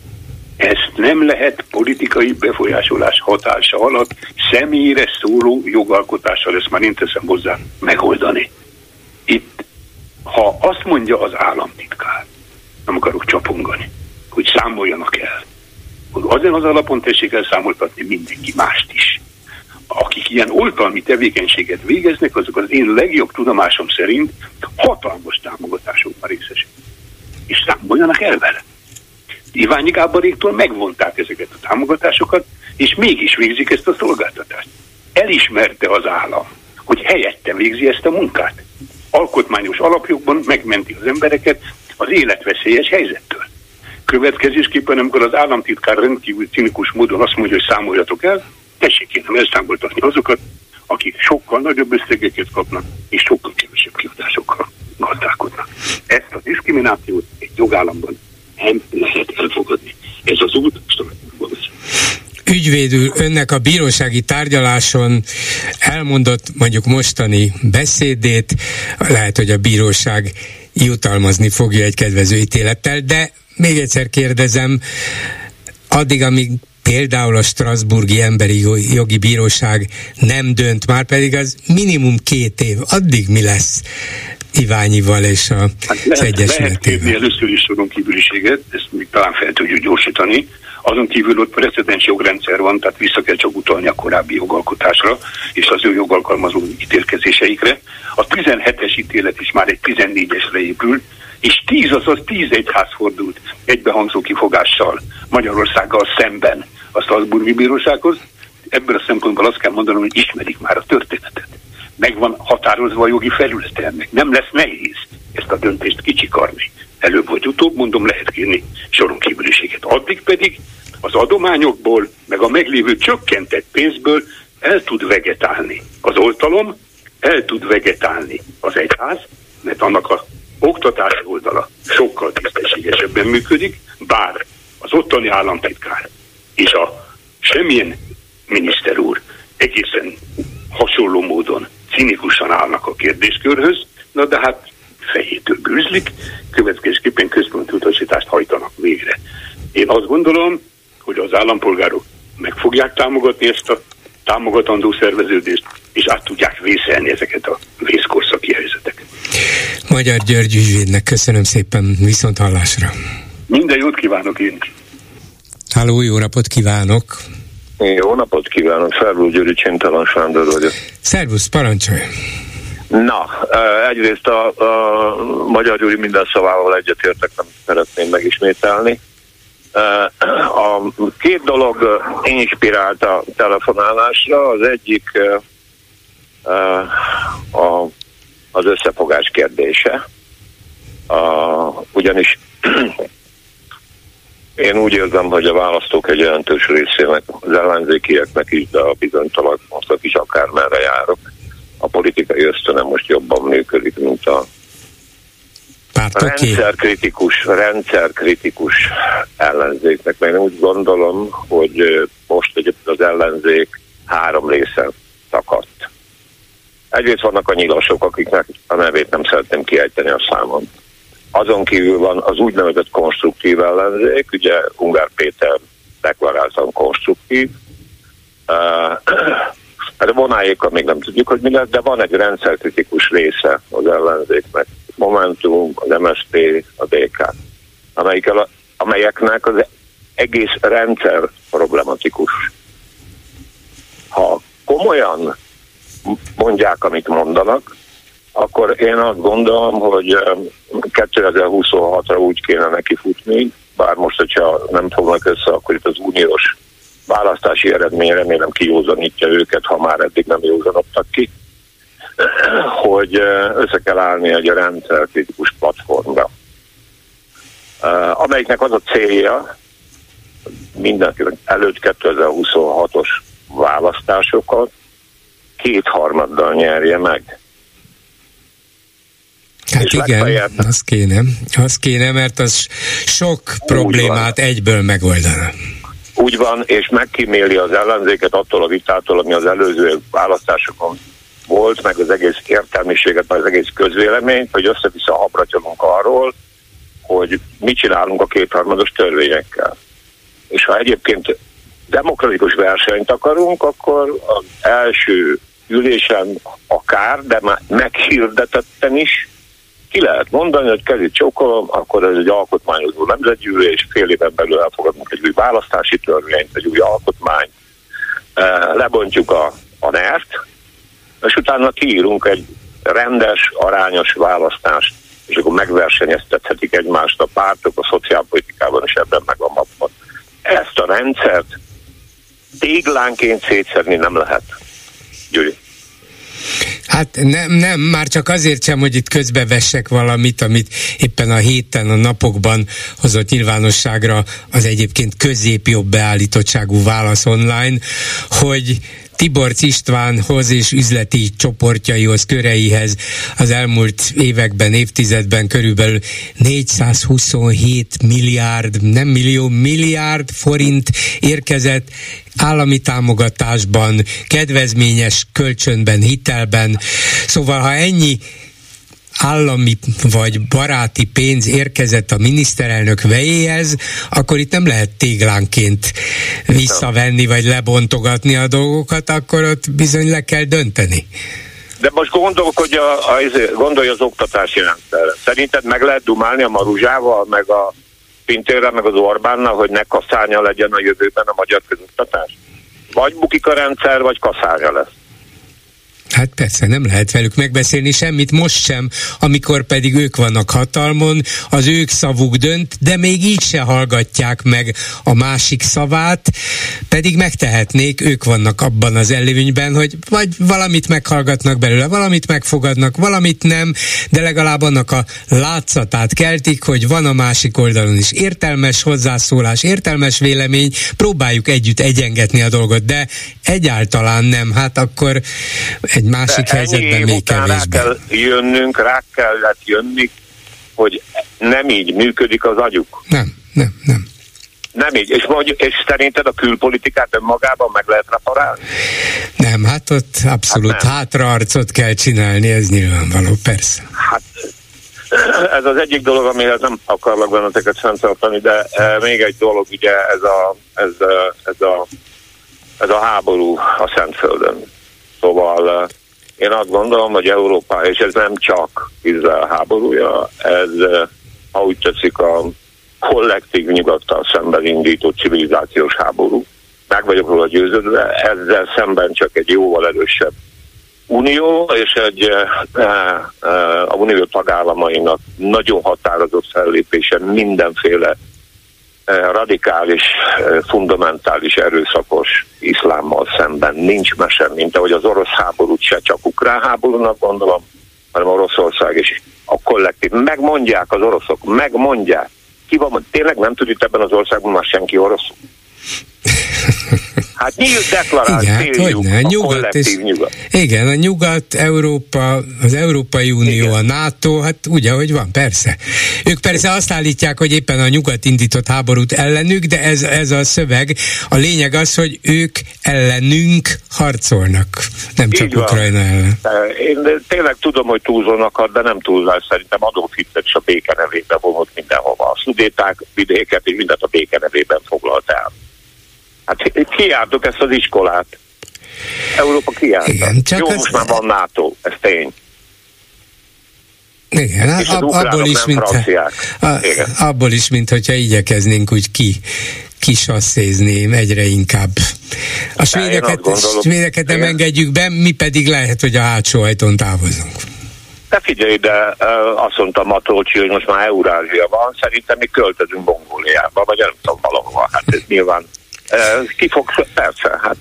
Ezt nem lehet politikai befolyásolás hatása alatt személyre szóló jogalkotással, ezt már én teszem hozzá, megoldani. Itt, ha azt mondja az államtitkár, nem akarok csapongani, hogy számoljanak el, hogy azon az alapon tessék elszámoltatni mindenki mást is. Akik ilyen oltalmi tevékenységet végeznek, azok az én legjobb tudomásom szerint hatalmas támogatásokban részesek. És számoljanak el vele. Iványi Gáboréktól megvonták ezeket a támogatásokat, és mégis végzik ezt a szolgáltatást. Elismerte az állam, hogy helyette végzi ezt a munkát. Alkotmányos alapjogban megmenti az embereket az életveszélyes helyzettől. Következésképpen, amikor az államtitkár rendkívül cinikus módon azt mondja, hogy számoljatok el, tessék kérem elszámoltatni azokat, akik sokkal nagyobb összegeket kapnak, és sokkal kevesebb kiadásokkal gazdálkodnak. Ezt a diszkriminációt egy jogállamban nem lehet elfogadni. Ez az út Strasbourgba vezet. Ügyvédül önnek a bírósági tárgyaláson elmondott mondjuk mostani beszédét, lehet, hogy a bíróság jutalmazni fogja egy kedvező ítélettel, de még egyszer kérdezem, addig, amíg például a Strasbourgi Emberi Jogi Bíróság nem dönt, már pedig az minimum 2 év, addig mi lesz Iványival és az Egyesületével? Lehet kérni először is soron kívüliséget, ezt még talán fel tudjuk gyorsítani. Azon kívül ott precedens jogrendszer van, tehát vissza kell csak utalni a korábbi jogalkotásra és az ő jogalkalmazó ítélkezéseikre. A 17-es ítélet is már egy 14-esre épül, és 10 egyház fordult egybehangzó kifogással Magyarországgal szemben a Strasbourgi Bírósághoz. Ebből a szempontból azt kell mondanom, hogy ismerik már a történetet. Meg van határozva a jogi felülete ennek. Nem lesz nehéz ezt a döntést kicsikarni. Előbb vagy utóbb, mondom, lehet kérni soron kívüliséget. Addig pedig az adományokból, meg a meglévő csökkentett pénzből el tud vegetálni az oltalom, el tud vegetálni az egyház, mert annak a oktatási oldala sokkal tisztességesebben működik, bár az ottani államtitkár és a semmilyen miniszter úr egészen hasonló módon cinikusan állnak a kérdéskörhöz, na de hát fejétől bűzlik, következésképpen központi utasítást hajtanak végre. Én azt gondolom, hogy az állampolgárok meg fogják támogatni ezt a támogatandó szerveződést, és át tudják vészelni ezeket a vészkorszaki helyzeteket. Magyar György ügyvédnek köszönöm szépen, viszont hallásra. Minden jót kívánok én is. Halló, jó napot kívánok! Jó napot kívánok, Szervusz Gyuri, Csintalan Sándor vagyok. Szervusz, parancsolj! Na, egyrészt a Magyar Gyuri minden szavával egyetértek, nem szeretném megismételni. A két dolog inspirált a telefonálásra, az egyik az összefogás kérdése. Ugyanis én úgy érzem, hogy a választók egy jelentős részének, az ellenzékieknek is, de a bizonytalanoknak is akármerre járok. A politikai ösztönem most jobban működik, mint a rendszerkritikus ellenzéknek. Mert én úgy gondolom, hogy most egyébként az ellenzék három részen szakadt. Egyrészt vannak a nyilasok, akiknek a nevét nem szeretném kiejteni a számon. Azon kívül van az úgynevezett konstruktív ellenzék, ugye Ungár Péter deklaráltan konstruktív. Vonáékkal még nem tudjuk, hogy mi lesz, de van egy rendszerkritikus része az ellenzéknek. Momentum, az MSZP, a DK, amelyeknek az egész rendszer problematikus. Ha komolyan mondják, amit mondanak, akkor én azt gondolom, hogy 2026-ra úgy kéne neki futni, bár most, hogyha nem fognak össze, akkor itt az uniós választási eredmény remélem kijózanítja őket, ha már eddig nem józanodtak ki, hogy össze kell állni egy rendszerkritikus platformra, amelyiknek az a célja, mindenki előtt 2026-os választásokat 2/3 nyerje meg. Hát és igen, az kéne, mert az sok problémát egyből megoldana. Úgy van, és megkíméli az ellenzéket attól a vitától, ami az előző választásokon volt, meg az egész értelmiséget, meg az egész közvéleményt, hogy össze-vissza habratyolunk arról, hogy mit csinálunk a 2/3 törvényekkel. És ha egyébként demokratikus versenyt akarunk, akkor az első ülésen akár, de már meghirdetetten is ki lehet mondani, hogy kezét csókolom, akkor ez egy alkotmányozó nemzetgyűlés, fél éven belül elfogadunk egy új választási törvényt, egy új alkotmányt, lebontjuk a NER-t, és utána kiírunk egy rendes, arányos választást, és akkor megversenyeztethetik egymást a pártok, a szociálpolitikában, és ebben meg a mapban. Ezt a rendszert téglánként szétszedni nem lehet. Gyuri. Hát nem, már csak azért sem, hogy itt közbevessek valamit, amit éppen a héten, a napokban hozott nyilvánosságra az egyébként középjobb beállítottságú Válasz Online, hogy Tiborcs Istvánhoz és üzleti csoportjaihoz, köreihez az elmúlt években, évtizedben körülbelül 427 milliárd forint érkezett állami támogatásban, kedvezményes kölcsönben, hitelben. Szóval, ha ennyi állami vagy baráti pénz érkezett a miniszterelnök vejéhez, akkor itt nem lehet téglánként visszavenni, vagy lebontogatni a dolgokat, akkor ott bizony le kell dönteni. De most gondolj az oktatási rendszerre. Szerinted meg lehet dumálni a Maruzsával, meg a Pintérrel, meg az Orbánnal, hogy ne kaszánya legyen a jövőben a magyar közoktatás? Vagy bukik a rendszer, vagy kaszánya lesz. Hát persze, nem lehet velük megbeszélni semmit, most sem, amikor pedig ők vannak hatalmon, az ők szavuk dönt, de még így se hallgatják meg a másik szavát, pedig megtehetnék, ők vannak abban az előnyben, hogy vagy valamit meghallgatnak belőle, valamit megfogadnak, valamit nem, de legalább annak a látszatát keltik, hogy van a másik oldalon is értelmes hozzászólás, értelmes vélemény, próbáljuk együtt egyengetni a dolgot, de egyáltalán nem, hát akkor egy másik helyzetben még kevésbé. Rá kellett jönni, hogy nem így működik az agyuk. Nem. Nem így. És szerinted a külpolitikát önmagában meg lehet reparálni? Nem, hát ott abszolút hátraarcot kell csinálni, ez nyilvánvaló, persze. Hát ez az egyik dolog, amihez nem akarlak benneteket fenntartani, de még egy dolog, ugye ez a háború a Szentföldön. Szóval én azt gondolom, hogy Európa, és ez nem csak Izrael háborúja, ez, ha úgy tetszik, a kollektív nyugattal szemben indító civilizációs háború. Meg vagyok róla győződve, ezzel szemben csak egy jóval erősebb unió, és a unió tagállamainak nagyon határozott fellépése mindenféle radikális, fundamentális, erőszakos iszlámmal szemben nincs mese, mint ahogy az orosz háborút se csak ukrán háborúnak gondolom, hanem Oroszország és a kollektív. Megmondják az oroszok, megmondják. Ki van, tényleg nem tud itt ebben az országban már senki oroszul? Hát nyílt deklarált céljuk a kollektív nyugat. Igen, a nyugat, Európa, az Európai Unió, igen. A NATO, hát úgy, ahogy van, persze. Ők persze azt állítják, hogy éppen a nyugat indított háborút ellenük, de ez a szöveg, a lényeg az, hogy ők ellenünk harcolnak, nem csak Ukrajna ellen. Én tényleg tudom, hogy túlzónak, de nem túlzás, szerintem Adolf Hitler is a béke nevében vonult mindenhova. A szudéták vidéket és mindent a béke nevében foglalt el. Hát kiártuk ezt az iskolát. Európa kiárta. Igen, jó, most már van NATO, ez tény. Igen, abból is, mint hogyha igyekeznénk úgy kisasszézni egyre inkább. A svédeket nem engedjük be, mi pedig lehet, hogy a hátsó ajtón távozunk. De figyelj, de azt mondta Matolcsi, hogy most már Eurázsia van, szerintem mi költözünk Mongóliába, vagy nem tudom valahova. Hát ez nyilván ki fog, persze, hát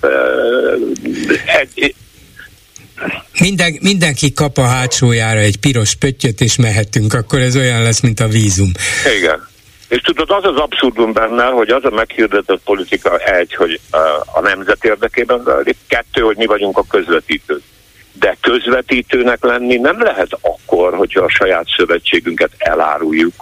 mindenki kap a hátsójára egy piros pöttyöt, és mehetünk, akkor ez olyan lesz, mint a vízum. Igen. És tudod, az az abszurdum benne, hogy az a meghirdetett politika hogy a nemzet érdekében zajlik, 2, hogy mi vagyunk a közvetítők. De közvetítőnek lenni nem lehet akkor, hogyha a saját szövetségünket eláruljuk.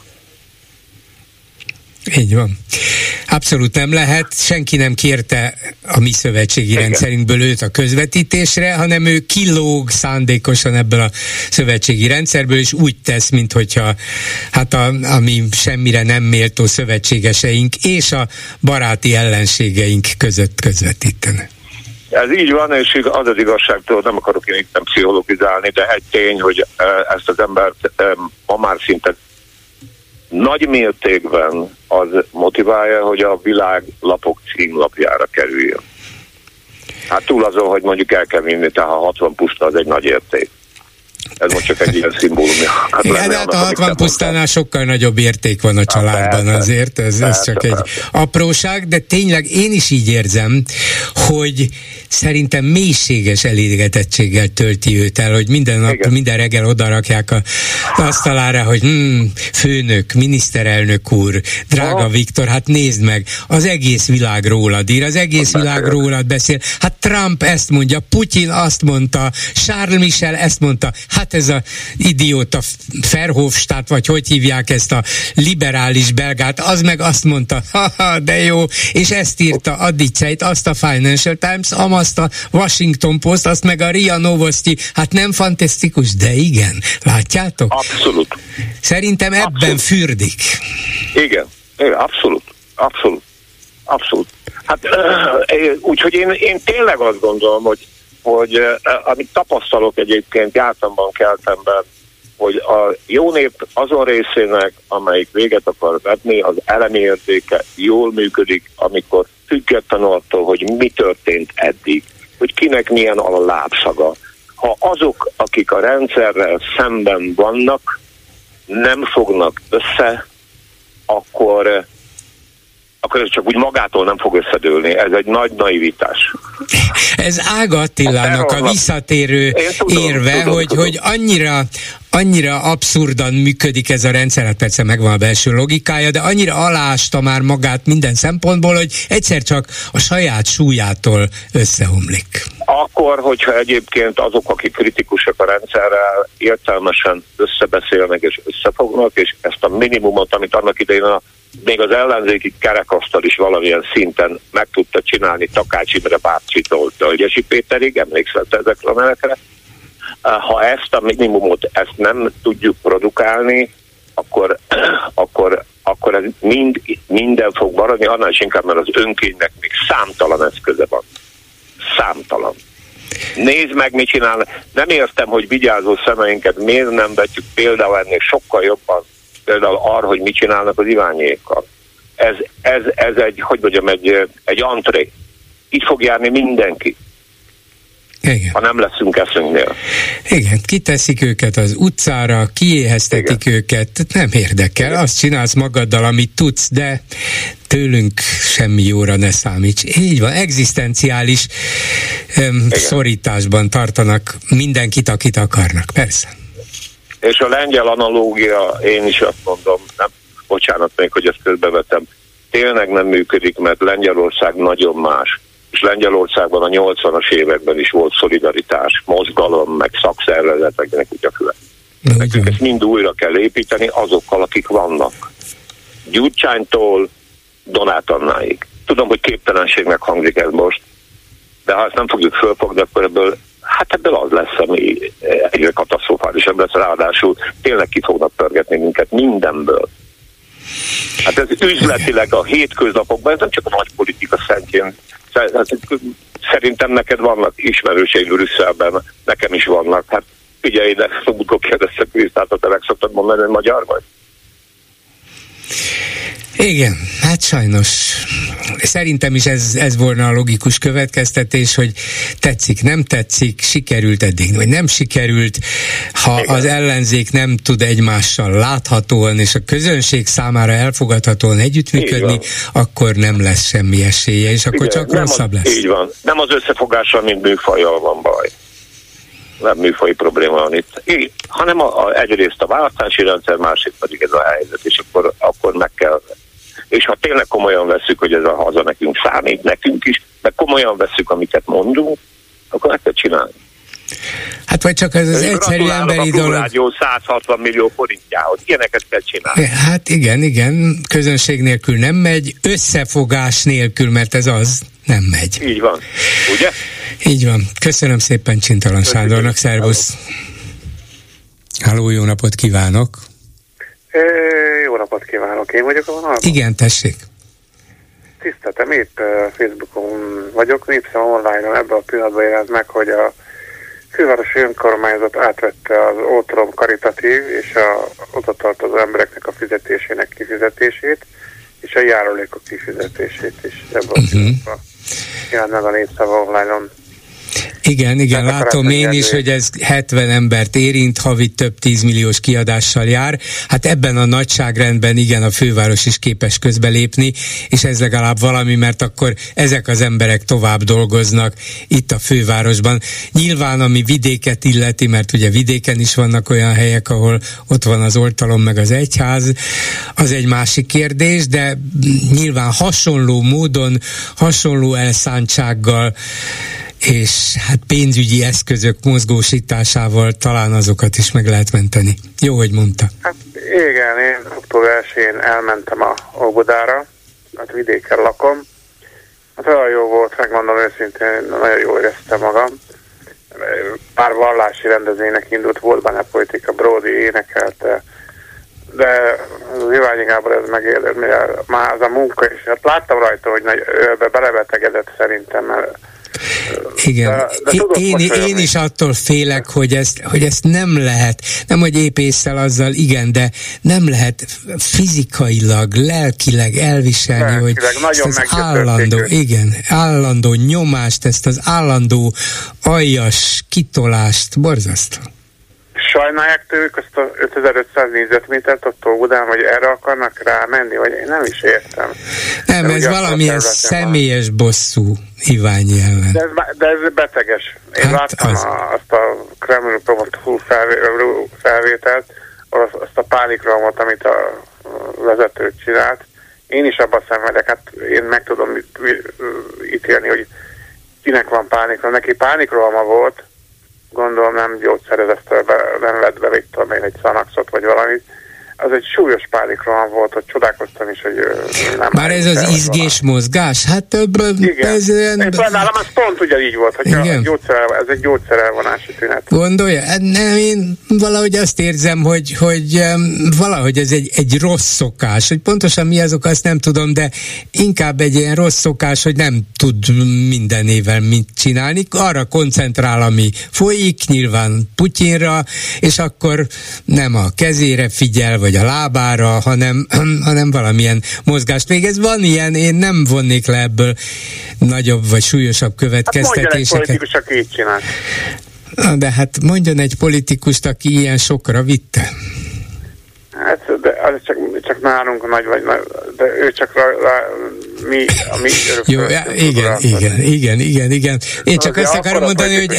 Így van. Abszolút nem lehet, senki nem kérte a mi szövetségi rendszerünkből őt a közvetítésre, hanem ő kilóg szándékosan ebből a szövetségi rendszerből, és úgy tesz, minthogyha hát a mi semmire nem méltó szövetségeseink és a baráti ellenségeink között közvetítene. Ez így van, és az az igazságtól, nem akarok én itt nem pszichologizálni, de egy tény, hogy ezt az embert ma már szinte nagy mértékben az motiválja, hogy a világlapok címlapjára kerüljön. Hát túl azon, hogy mondjuk el kell vinni, tehát a 60 puszta az egy nagy érték. Ez most csak egy ilyen szimbólumja. Hát igen, de hát a 60 pusztánál sokkal nagyobb érték van a családban azért, ez csak egy apróság, de tényleg én is így érzem, hogy szerintem mélységes elégedettséggel tölti őt el, hogy minden nap, minden reggel odarakják az asztalára, hogy főnök, miniszterelnök úr, drága Viktor, hát nézd meg, az egész világ rólad ír, az egész világ rólad beszél, hát Trump ezt mondja, Putyin azt mondta, Charles Michel ezt mondta, hát ez a idióta Verhofstadt, vagy hogy hívják ezt a liberális belgát, az meg azt mondta, haha, de jó, és ezt írta a Diceit, azt a Financial Times, azt a Washington Post, azt meg a RIA Novosti, hát nem fantasztikus, de igen, látjátok? Abszolút. Szerintem ebben fürdik. Igen, abszolút. Hát úgyhogy én tényleg azt gondolom, hogy amit tapasztalok egyébként jártamban, keltemben, hogy a jó nép azon részének, amelyik véget akar vetni, az elemi értéke jól működik, amikor függetlenül attól, hogy mi történt eddig, hogy kinek milyen a lábszaga. Ha azok, akik a rendszerrel szemben vannak, nem fognak össze, akkor ez csak úgy magától nem fog összedőlni. Ez egy nagy naivitás. Ez Ága Attilának a visszatérő érve, hogy annyira abszurdan működik ez a rendszer, hát persze megvan a belső logikája, de annyira aláásta már magát minden szempontból, hogy egyszer csak a saját súlyától összeomlik. Akkor, hogyha egyébként azok, akik kritikusak a rendszerrel, értelmesen összebeszélnek és összefognak, és ezt a minimumot, amit annak idején még az ellenzéki kerekasztal is valamilyen szinten meg tudta csinálni Takács Imre bácsitól Tölgyesi Péterig, emlékszel ezekre a nevekre. Ha ezt a minimumot, ezt nem tudjuk produkálni, akkor ez minden fog maradni, annál is inkább, mert az önkénynek még számtalan eszköze van. Számtalan. Nézd meg, mit csinál. Nem értem, hogy vigyázó szemeinket miért nem vetjük például ennél sokkal jobban például arra, hogy mit csinálnak az Iványékkal. Ez egy antré. Itt fog járni mindenki. Igen. Ha nem leszünk eszünknél. Igen, kiteszik őket az utcára, kiéheztetik őket, nem érdekel, azt csinálsz magaddal, amit tudsz, de tőlünk semmi jóra ne számíts. Így van, egzisztenciális szorításban tartanak mindenkit, akit akarnak, persze. És a lengyel analógia, én is azt mondom, nem, bocsánat még, hogy ezt közbevetem, tényleg nem működik, mert Lengyelország nagyon más. És Lengyelországban a 80-as években is volt szolidaritás, mozgalom, meg szakszervezeteknek ügyekület. Nekünk ezt mind újra kell építeni azokkal, akik vannak. Gyurcsánytól Donát Annáig. Tudom, hogy képtelenségnek hangzik ez most, de ha ezt nem fogjuk fölfogni, akkor ebből az lesz, ami egyre katasztrofálisabb lesz, ráadásul tényleg ki fognak pörgetni minket mindenből. Hát ez üzletileg a hétköznapokban, ez nem csak a nagy politika szentjén. Szerintem neked vannak ismerőség Brüsszelben, nekem is vannak. Hát figyelj ide, szóval kérdeztek Krisztát, te meg szoktad mondani, hogy magyar vagy? Igen, hát sajnos. Szerintem is ez volna a logikus következtetés, hogy tetszik, nem tetszik, sikerült eddig, vagy nem sikerült. Ha az ellenzék nem tud egymással láthatóan és a közönség számára elfogadhatóan együttműködni, akkor nem lesz semmi esélye, és akkor csak rosszabb lesz. Így van. Nem az összefogással, mint műfajjal van baj. Nem műfaji probléma van itt, hanem egyrészt a választási rendszer, másrészt pedig ez a helyzet, és akkor meg kell. És ha tényleg komolyan vesszük, hogy ez a haza nekünk számít, nekünk is, meg komolyan vesszük, amiket mondunk, akkor meg kell csinálni. Hát vagy csak ez az egyszerű emberi dolog. A Rádió 160 millió forintjához, ilyeneket kell csinálni. Hát igen, közönség nélkül nem megy, összefogás nélkül, mert ez az nem megy. Így van, ugye? Így van. Köszönöm szépen Csintalan Sándornak, szervusz! Halló, jó napot kívánok! Jó napot kívánok, én vagyok a vonalban? Igen, tessék! Tiszteltem, épp Facebookon vagyok, Népszava online-on ebben a pillanatban jelent meg, hogy a fővárosi önkormányzat átvette az oltalom karitatív és a oda tartozó embereknek a fizetésének kifizetését, és a járulékok kifizetését is ebben a pillanatban jelent meg a Népszava online-on. Igen, látom én is, hogy ez 70 embert érint, havi több 10 milliós kiadással jár. Hát ebben a nagyságrendben igen, a főváros is képes közbelépni, és ez legalább valami, mert akkor ezek az emberek tovább dolgoznak itt a fővárosban. Nyilván, ami vidéket illeti, mert ugye vidéken is vannak olyan helyek, ahol ott van az oltalom meg az egyház, az egy másik kérdés, de nyilván hasonló módon, hasonló elszántsággal és hát pénzügyi eszközök mozgósításával talán azokat is meg lehet menteni. Jó, hogy mondta. Hát igen, én október 1-én elmentem a Óbudára, hát vidéken lakom. Hát olyan jó volt, megmondom őszintén, nagyon jól éreztem magam. Pár vallási rendezvénynek indult, volt benne politika, Bródi énekelte, de az Iványi Gábor ez megérdez, már az a munka is. Hát láttam rajta, hogy ő belebetegedett szerintem, mert igen, én is attól félek, hogy ezt nem lehet, nem hogy épp ésszel azzal, igen, de nem lehet fizikailag, lelkileg elviselni, hogy ezt az állandó nyomást, ezt az állandó aljas kitolást, borzasztó. Sajnálják tőlük azt a 5500 négyzetmétert ott Óbudán, vagy erre akarnak rámenni, vagy én nem is értem. Nem, ez valamilyen személyes bosszú Iványi ellen. De ez beteges. Én láttam azt a Kreml.hu felvételt, azt a pánikrohamot, amit a vezető csinált. Én is abban szenvedek, hát én meg tudom ítélni, hogy kinek van pánikroham, neki pánikrohama volt, gondolom nem gyógyszerezett, nem vett be, mit tudom én, egy Xanaxot vagy valamit. Az egy súlyos pánikroham volt, hogy csodálkoztam is, hogy nem... Már ez az izgés mozgás? Hát igen. Nálam az pont ugyanígy volt, hogy ez egy gyógyszerelvonási tünet. Gondolja? Nem, én valahogy azt érzem, hogy valahogy ez egy rossz szokás, hogy pontosan mi azok, azt nem tudom, de inkább egy ilyen rossz szokás, hogy nem tud mindenével mit csinálni, arra koncentrál, ami folyik, nyilván Putyinra, és akkor nem a kezére figyel, vagy a lábára, hanem valamilyen mozgást végez. Van ilyen, én nem vonnék le ebből nagyobb vagy súlyosabb következtetéseket. Hát mondjon egy politikus, aki így csinál. De hát mondjon egy politikust, aki ilyen sokra vitte. Hát, de az csak nálunk nagy vagy, de ő csak mi jó, igen. Én csak azt akarom mondani, hogy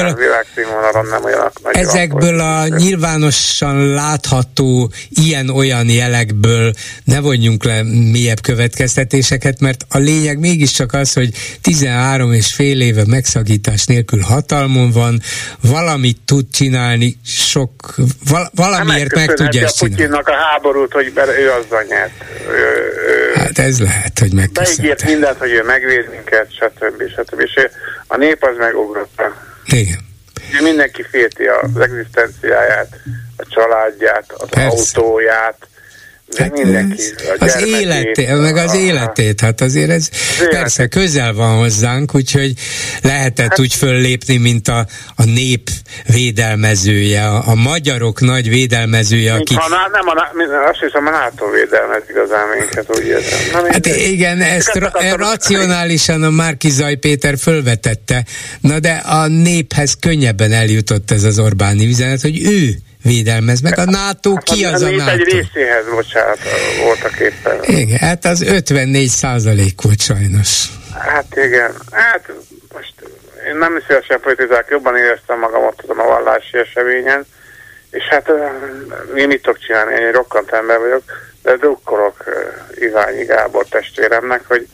ezekből a nyilvánosan látható ilyen-olyan jelekből ne vonjunk le mélyebb következtetéseket, mert a lényeg mégiscsak az, hogy 13,5 éve megszakítás nélkül hatalmon van, valamit tud csinálni, valamiért meg tudja ezt csinálni. Putyinnak a háborút, hogy ő azzal nyert. Hát ez lehet, hogy megköszönte. Beígért mindent, hogy ő megvéd minket, stb. És a nép az megugrotta. Igen. Mindenki félti az egzisztenciáját, a családját, az autóját, hát mindenki, az életét, meg az életét, hát azért ez persze közel van hozzánk, úgyhogy lehetett úgy föllépni, mint a nép védelmezője, a magyarok nagy védelmezője, aki... Azt hiszem, a NATO védelmez igazán minket, úgy érzem. Hát igen, ezt racionálisan a Márki-Zay Péter fölvetette, na de a néphez könnyebben eljutott ez az Orbáni üzenet, hogy ő védelmez, meg a NATO, ki az a NATO? Egy részéhez, bocsánat, voltak éppen. Igen, hát az 54% volt sajnos. Hát igen, hát most én nem szívesen politizálok, jobban éreztem magam ott a vallási eseményen, és hát én mit tudok csinálni, én egy rokkant ember vagyok, de drukkolok Iványi Gábor testvéremnek, hogy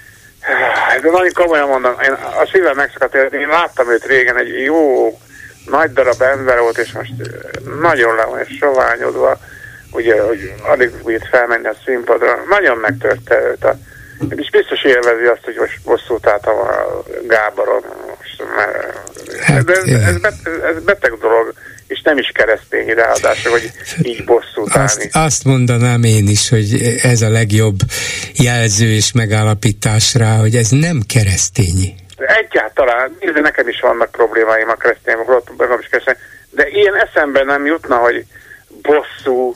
de nagyon komolyan mondom, én a szívem megszakadt, én láttam őt régen, egy jó nagy darab ember volt, és most nagyon le van és soványodva, ugye, hogy alig bírt felmenni a színpadra, nagyon megtörte őt. És biztos élvezi azt, hogy most bosszút álltam a Gáboron. De ez beteg dolog, és nem is keresztény ráadásul, hogy így bosszút állni. Azt mondanám én is, hogy ez a legjobb jelző és megállapítás rá, hogy ez nem keresztényi. Egyáltalán, nekem is vannak problémáim a keresztények, de ilyen eszembe nem jutna, hogy bosszú,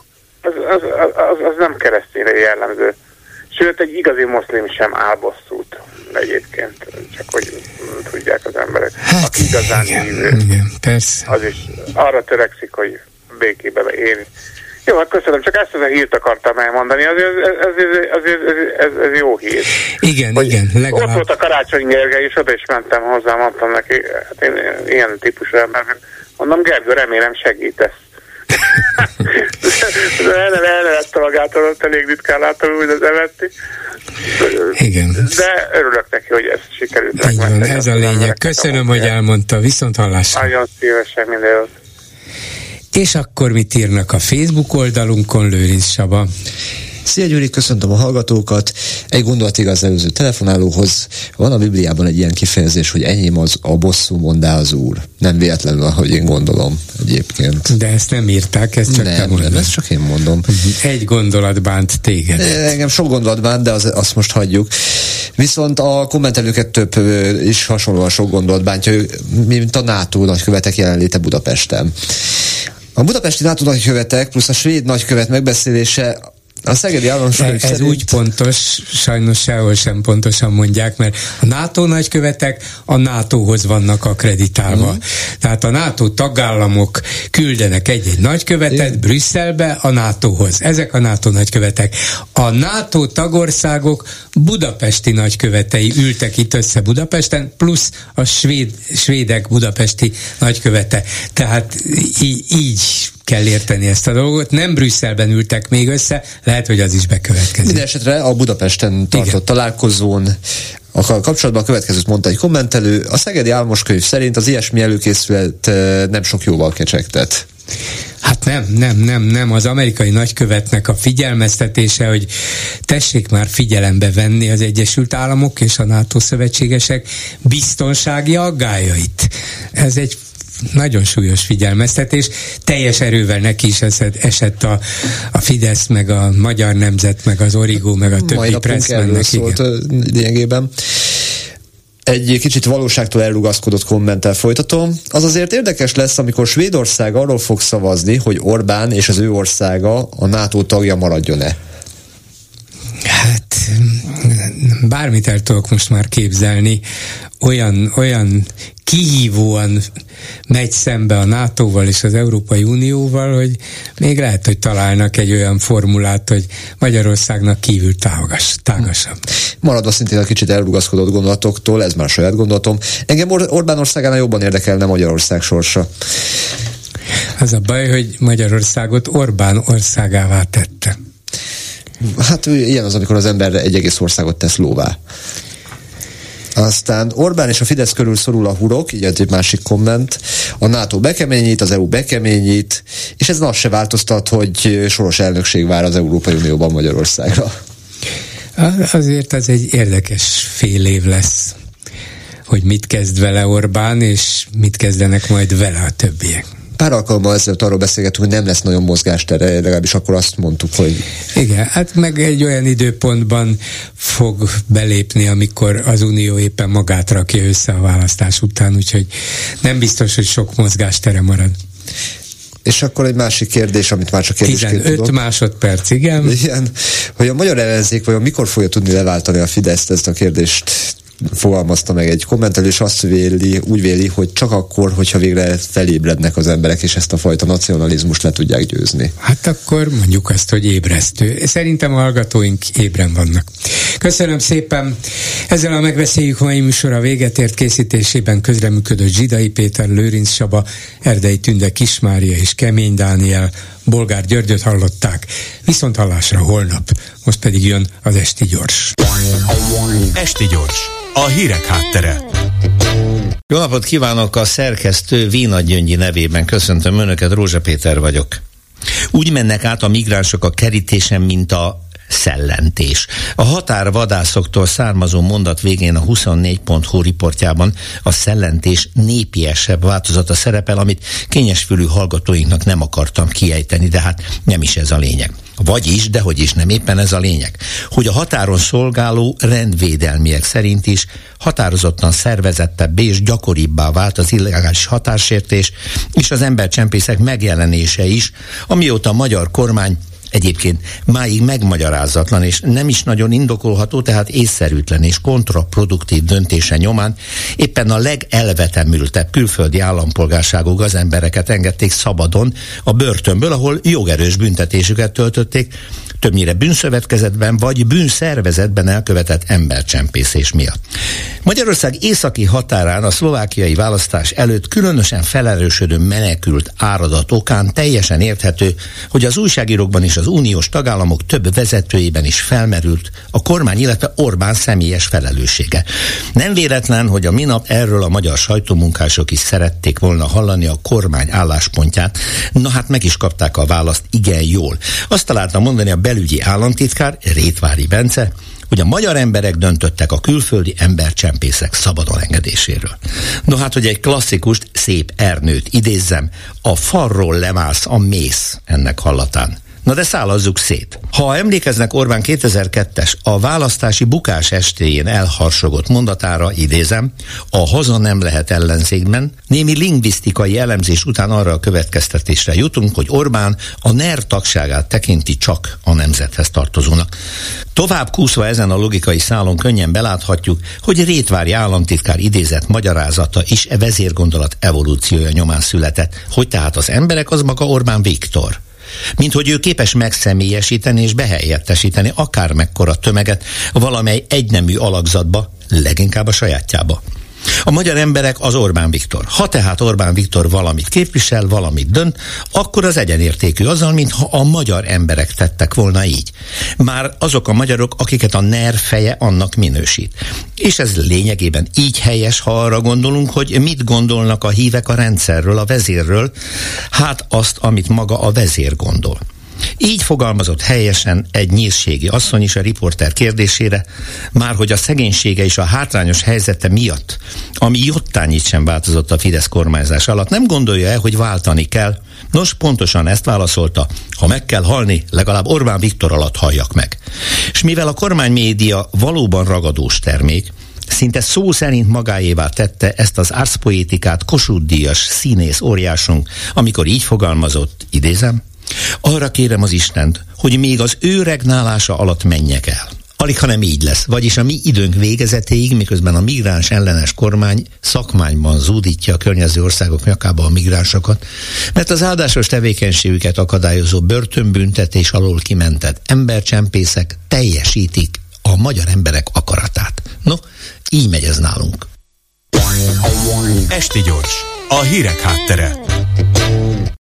az nem keresztényre jellemző. Sőt, egy igazi moszlim sem áll bosszút egyébként, csak hogy tudják az emberek. Hát, aki igazán hívő, az is arra törekszik, hogy békébe élni. Jó, hát köszönöm, csak ezt a hírt akartam elmondani, ez jó hír. Igen, legalább. Ott volt a Karácsony Gergely, és oda is mentem hozzá, mondtam neki, hát én ilyen típusú ember, mondom, Gergő, remélem segítesz. De el lett magától, ott elég ritkán látom úgy az emetti. Igen. De örülök neki, hogy ez sikerült. Így van, ez a lényeg. Köszönöm, hogy elmondta. Viszont hallásra. Nagyon szívesen, minden jót. És akkor mit írnak a Facebook oldalunkon, Lőrinc Saba? Szia Gyuri, köszöntöm a hallgatókat. Egy gondolatig az előző telefonálóhoz. Van a Bibliában egy ilyen kifejezés, hogy enyém az a bosszú, mondá az Úr. Nem véletlenül, ahogy én gondolom egyébként. De ezt nem írták, ezt csak te mondod. Nem, ezt csak én mondom. Egy gondolat bánt téged. Engem sok gondolat bánt, de azt most hagyjuk. Viszont a kommentelőket több is hasonlóan sok gondolat bántja, mint a NATO nagykövetek jelenléte Budapesten. A budapesti NATO nagykövetek plusz a svéd nagykövet megbeszélése a szegedi államsorok ez úgy pontos, sajnos sehol sem pontosan mondják, mert a NATO nagykövetek a NATO-hoz vannak akkreditálva. Tehát a NATO tagállamok küldenek egy-egy nagykövetet Brüsszelbe a NATO-hoz. Ezek a NATO nagykövetek. A NATO tagországok budapesti nagykövetei ültek itt össze Budapesten, plusz a svédek budapesti nagykövete. Tehát így kell érteni ezt a dolgot. Nem Brüsszelben ültek még össze, lehet, hogy az is bekövetkezik. Minden esetre a Budapesten tartott találkozón kapcsolatban a következőt mondta egy kommentelő: a Szegedi Álmoskönyv szerint az ilyesmi előkészület nem sok jóval kecsegtet. Hát nem. Az amerikai nagykövetnek a figyelmeztetése, hogy tessék már figyelembe venni az Egyesült Államok és a NATO szövetségesek biztonsági aggályait. Ez egy nagyon súlyos figyelmeztetés. Teljes erővel neki is esett a Fidesz, meg a Magyar Nemzet, meg az Origo, meg a többi presszmennek. Szólt lényegében. Egy kicsit valóságtól elrugaszkodott kommenttel folytatom. Az azért érdekes lesz, amikor Svédország arról fog szavazni, hogy Orbán és az ő országa a NATO tagja maradjon-e. Hát bármit el tudok most már képzelni, olyan kihívóan megy szembe a NATO-val és az Európai Unióval, hogy még lehet, hogy találnak egy olyan formulát, hogy Magyarországnak kívül tágasabb. Maradva szintén a kicsit elrugaszkodott gondolatoktól, ez már saját gondolatom, engem Orbán országánál jobban érdekelne Magyarország sorsa. Az a baj, hogy Magyarországot Orbán országává tette. Hát ilyen az, amikor az ember egy egész országot tesz lóvá. Aztán Orbán és a Fidesz körül szorul a hurok, így egy másik komment. A NATO bekeményít, az EU bekeményít, és ez azt se változtat, hogy soros elnökség vár az Európai Unióban Magyarországra. Azért ez egy érdekes fél év lesz, hogy mit kezd vele Orbán, és mit kezdenek majd vele a többiek. Pár alkalommal ezelőtt arról beszélgetünk, hogy nem lesz nagyon mozgástere, legalábbis akkor azt mondtuk, hogy... Igen, hát meg egy olyan időpontban fog belépni, amikor az Unió éppen magát rakja össze a választás után, úgyhogy nem biztos, hogy sok mozgástere marad. És akkor egy másik kérdés, amit már csak kérdésként 15 tudok. Másodperc, igen. Igen, hogy a magyar ellenzék vajon mikor fogja tudni leváltani a Fideszt, ezt a kérdést fogalmazta meg egy kommentelő, és úgy véli, hogy csak akkor, hogyha végre felébrednek az emberek, és ezt a fajta nacionalizmust le tudják győzni. Hát akkor mondjuk azt, hogy ébresztő. Szerintem a hallgatóink ébren vannak. Köszönöm szépen. Ezzel a Megbeszéljük mai műsora véget ért. Készítésében közreműködött Zsidai Péter, Lőrinc Saba, Erdei Tünde, Kismária és Kemény Dániel. Bolgár Györgyöt hallották. Viszont hallásra holnap. Most pedig jön az Esti Gyors. Esti Gyors, a hírek háttere. Jó napot kívánok, a szerkesztő Vína Gyöngyi nevében köszöntöm Önöket, Rózsa Péter vagyok. Úgy mennek át a migránsok a kerítésen, mint a szellentés. A határvadászoktól származó mondat végén a 24.hu riportjában a szellentés népiesebb változata szerepel, amit kényesfülű hallgatóinknak nem akartam kiejteni, de hát nem is ez a lényeg. Vagyis, dehogy is nem, éppen ez a lényeg, hogy a határon szolgáló rendvédelmiek szerint is határozottan szervezettebbé és gyakoribbá vált az illegális határsértés és az embercsempészek megjelenése is, amióta a magyar kormány egyébként máig megmagyarázatlan és nem is nagyon indokolható, tehát észszerűtlen és kontraproduktív döntése nyomán éppen a legelvetemültebb külföldi állampolgárságú gazembereket engedték szabadon a börtönből, ahol jogerős büntetésüket töltötték, többnyire bűnszövetkezetben vagy bűnszervezetben elkövetett embercsempészés miatt. Magyarország északi határán a szlovákiai választás előtt különösen felerősödő menekült áradat okán teljesen érthető, hogy az újságírókban és az uniós tagállamok több vezetőjében is felmerült a kormány, illetve Orbán személyes felelőssége. Nem véletlen, hogy a minap erről a magyar sajtómunkások is szerették volna hallani a kormány álláspontját. Na hát meg is kapták a választ igen jól. Azt találta mondani a belügyi államtitkár, Rétvári Bence, hogy a magyar emberek döntöttek a külföldi embercsempészek szabadon engedéséről. No hát, hogy egy klasszikust, szép Ernőt idézzem, a falról lemász a mész ennek hallatán. Na de szállazzuk szét. Ha emlékeznek Orbán 2002-es a választási bukás estéjén elharsogott mondatára, idézem, a haza nem lehet ellenzékben, némi lingvisztikai elemzés után arra a következtetésre jutunk, hogy Orbán a NER tagságát tekinti csak a nemzethez tartozónak. Tovább kúszva ezen a logikai szálon könnyen beláthatjuk, hogy Rétvári államtitkár idézett magyarázata is e vezérgondolat evolúciója nyomán született, hogy tehát az emberek az maga Orbán Viktor. Mint hogy ő képes megszemélyesíteni és behelyettesíteni akármekkora tömeget valamely egynemű alakzatba, leginkább a sajátjába. A magyar emberek az Orbán Viktor. Ha tehát Orbán Viktor valamit képvisel, valamit dönt, akkor az egyenértékű azzal, mintha a magyar emberek tettek volna így. Már azok a magyarok, akiket a NER feje annak minősít. És ez lényegében így helyes, ha arra gondolunk, hogy mit gondolnak a hívek a rendszerről, a vezérről, hát azt, amit maga a vezér gondol. Így fogalmazott helyesen egy nyírségi asszony is a riporter kérdésére, már hogy a szegénysége és a hátrányos helyzete miatt, ami jottányit sem változott a Fidesz kormányzás alatt, nem gondolja-e, hogy váltani kell? Nos, pontosan ezt válaszolta: ha meg kell halni, legalább Orbán Viktor alatt halljak meg. És mivel a kormánymédia valóban ragadós termék, szinte szó szerint magáévá tette ezt az arszpoétikát Kossuth-díjas színész óriásunk, amikor így fogalmazott, idézem: arra kérem az Istent, hogy még az ő regnálása alatt menjek el. Alig, hanem így lesz, vagyis a mi időnk végezetéig, miközben a migráns ellenes kormány szakmányban zúdítja a környező országok nyakába a migránsokat, mert az áldásos tevékenységüket akadályozó börtönbüntetés alól kimentett embercsempészek teljesítik a magyar emberek akaratát. No, így megy ez nálunk. Esti Gyors, a hírek háttere.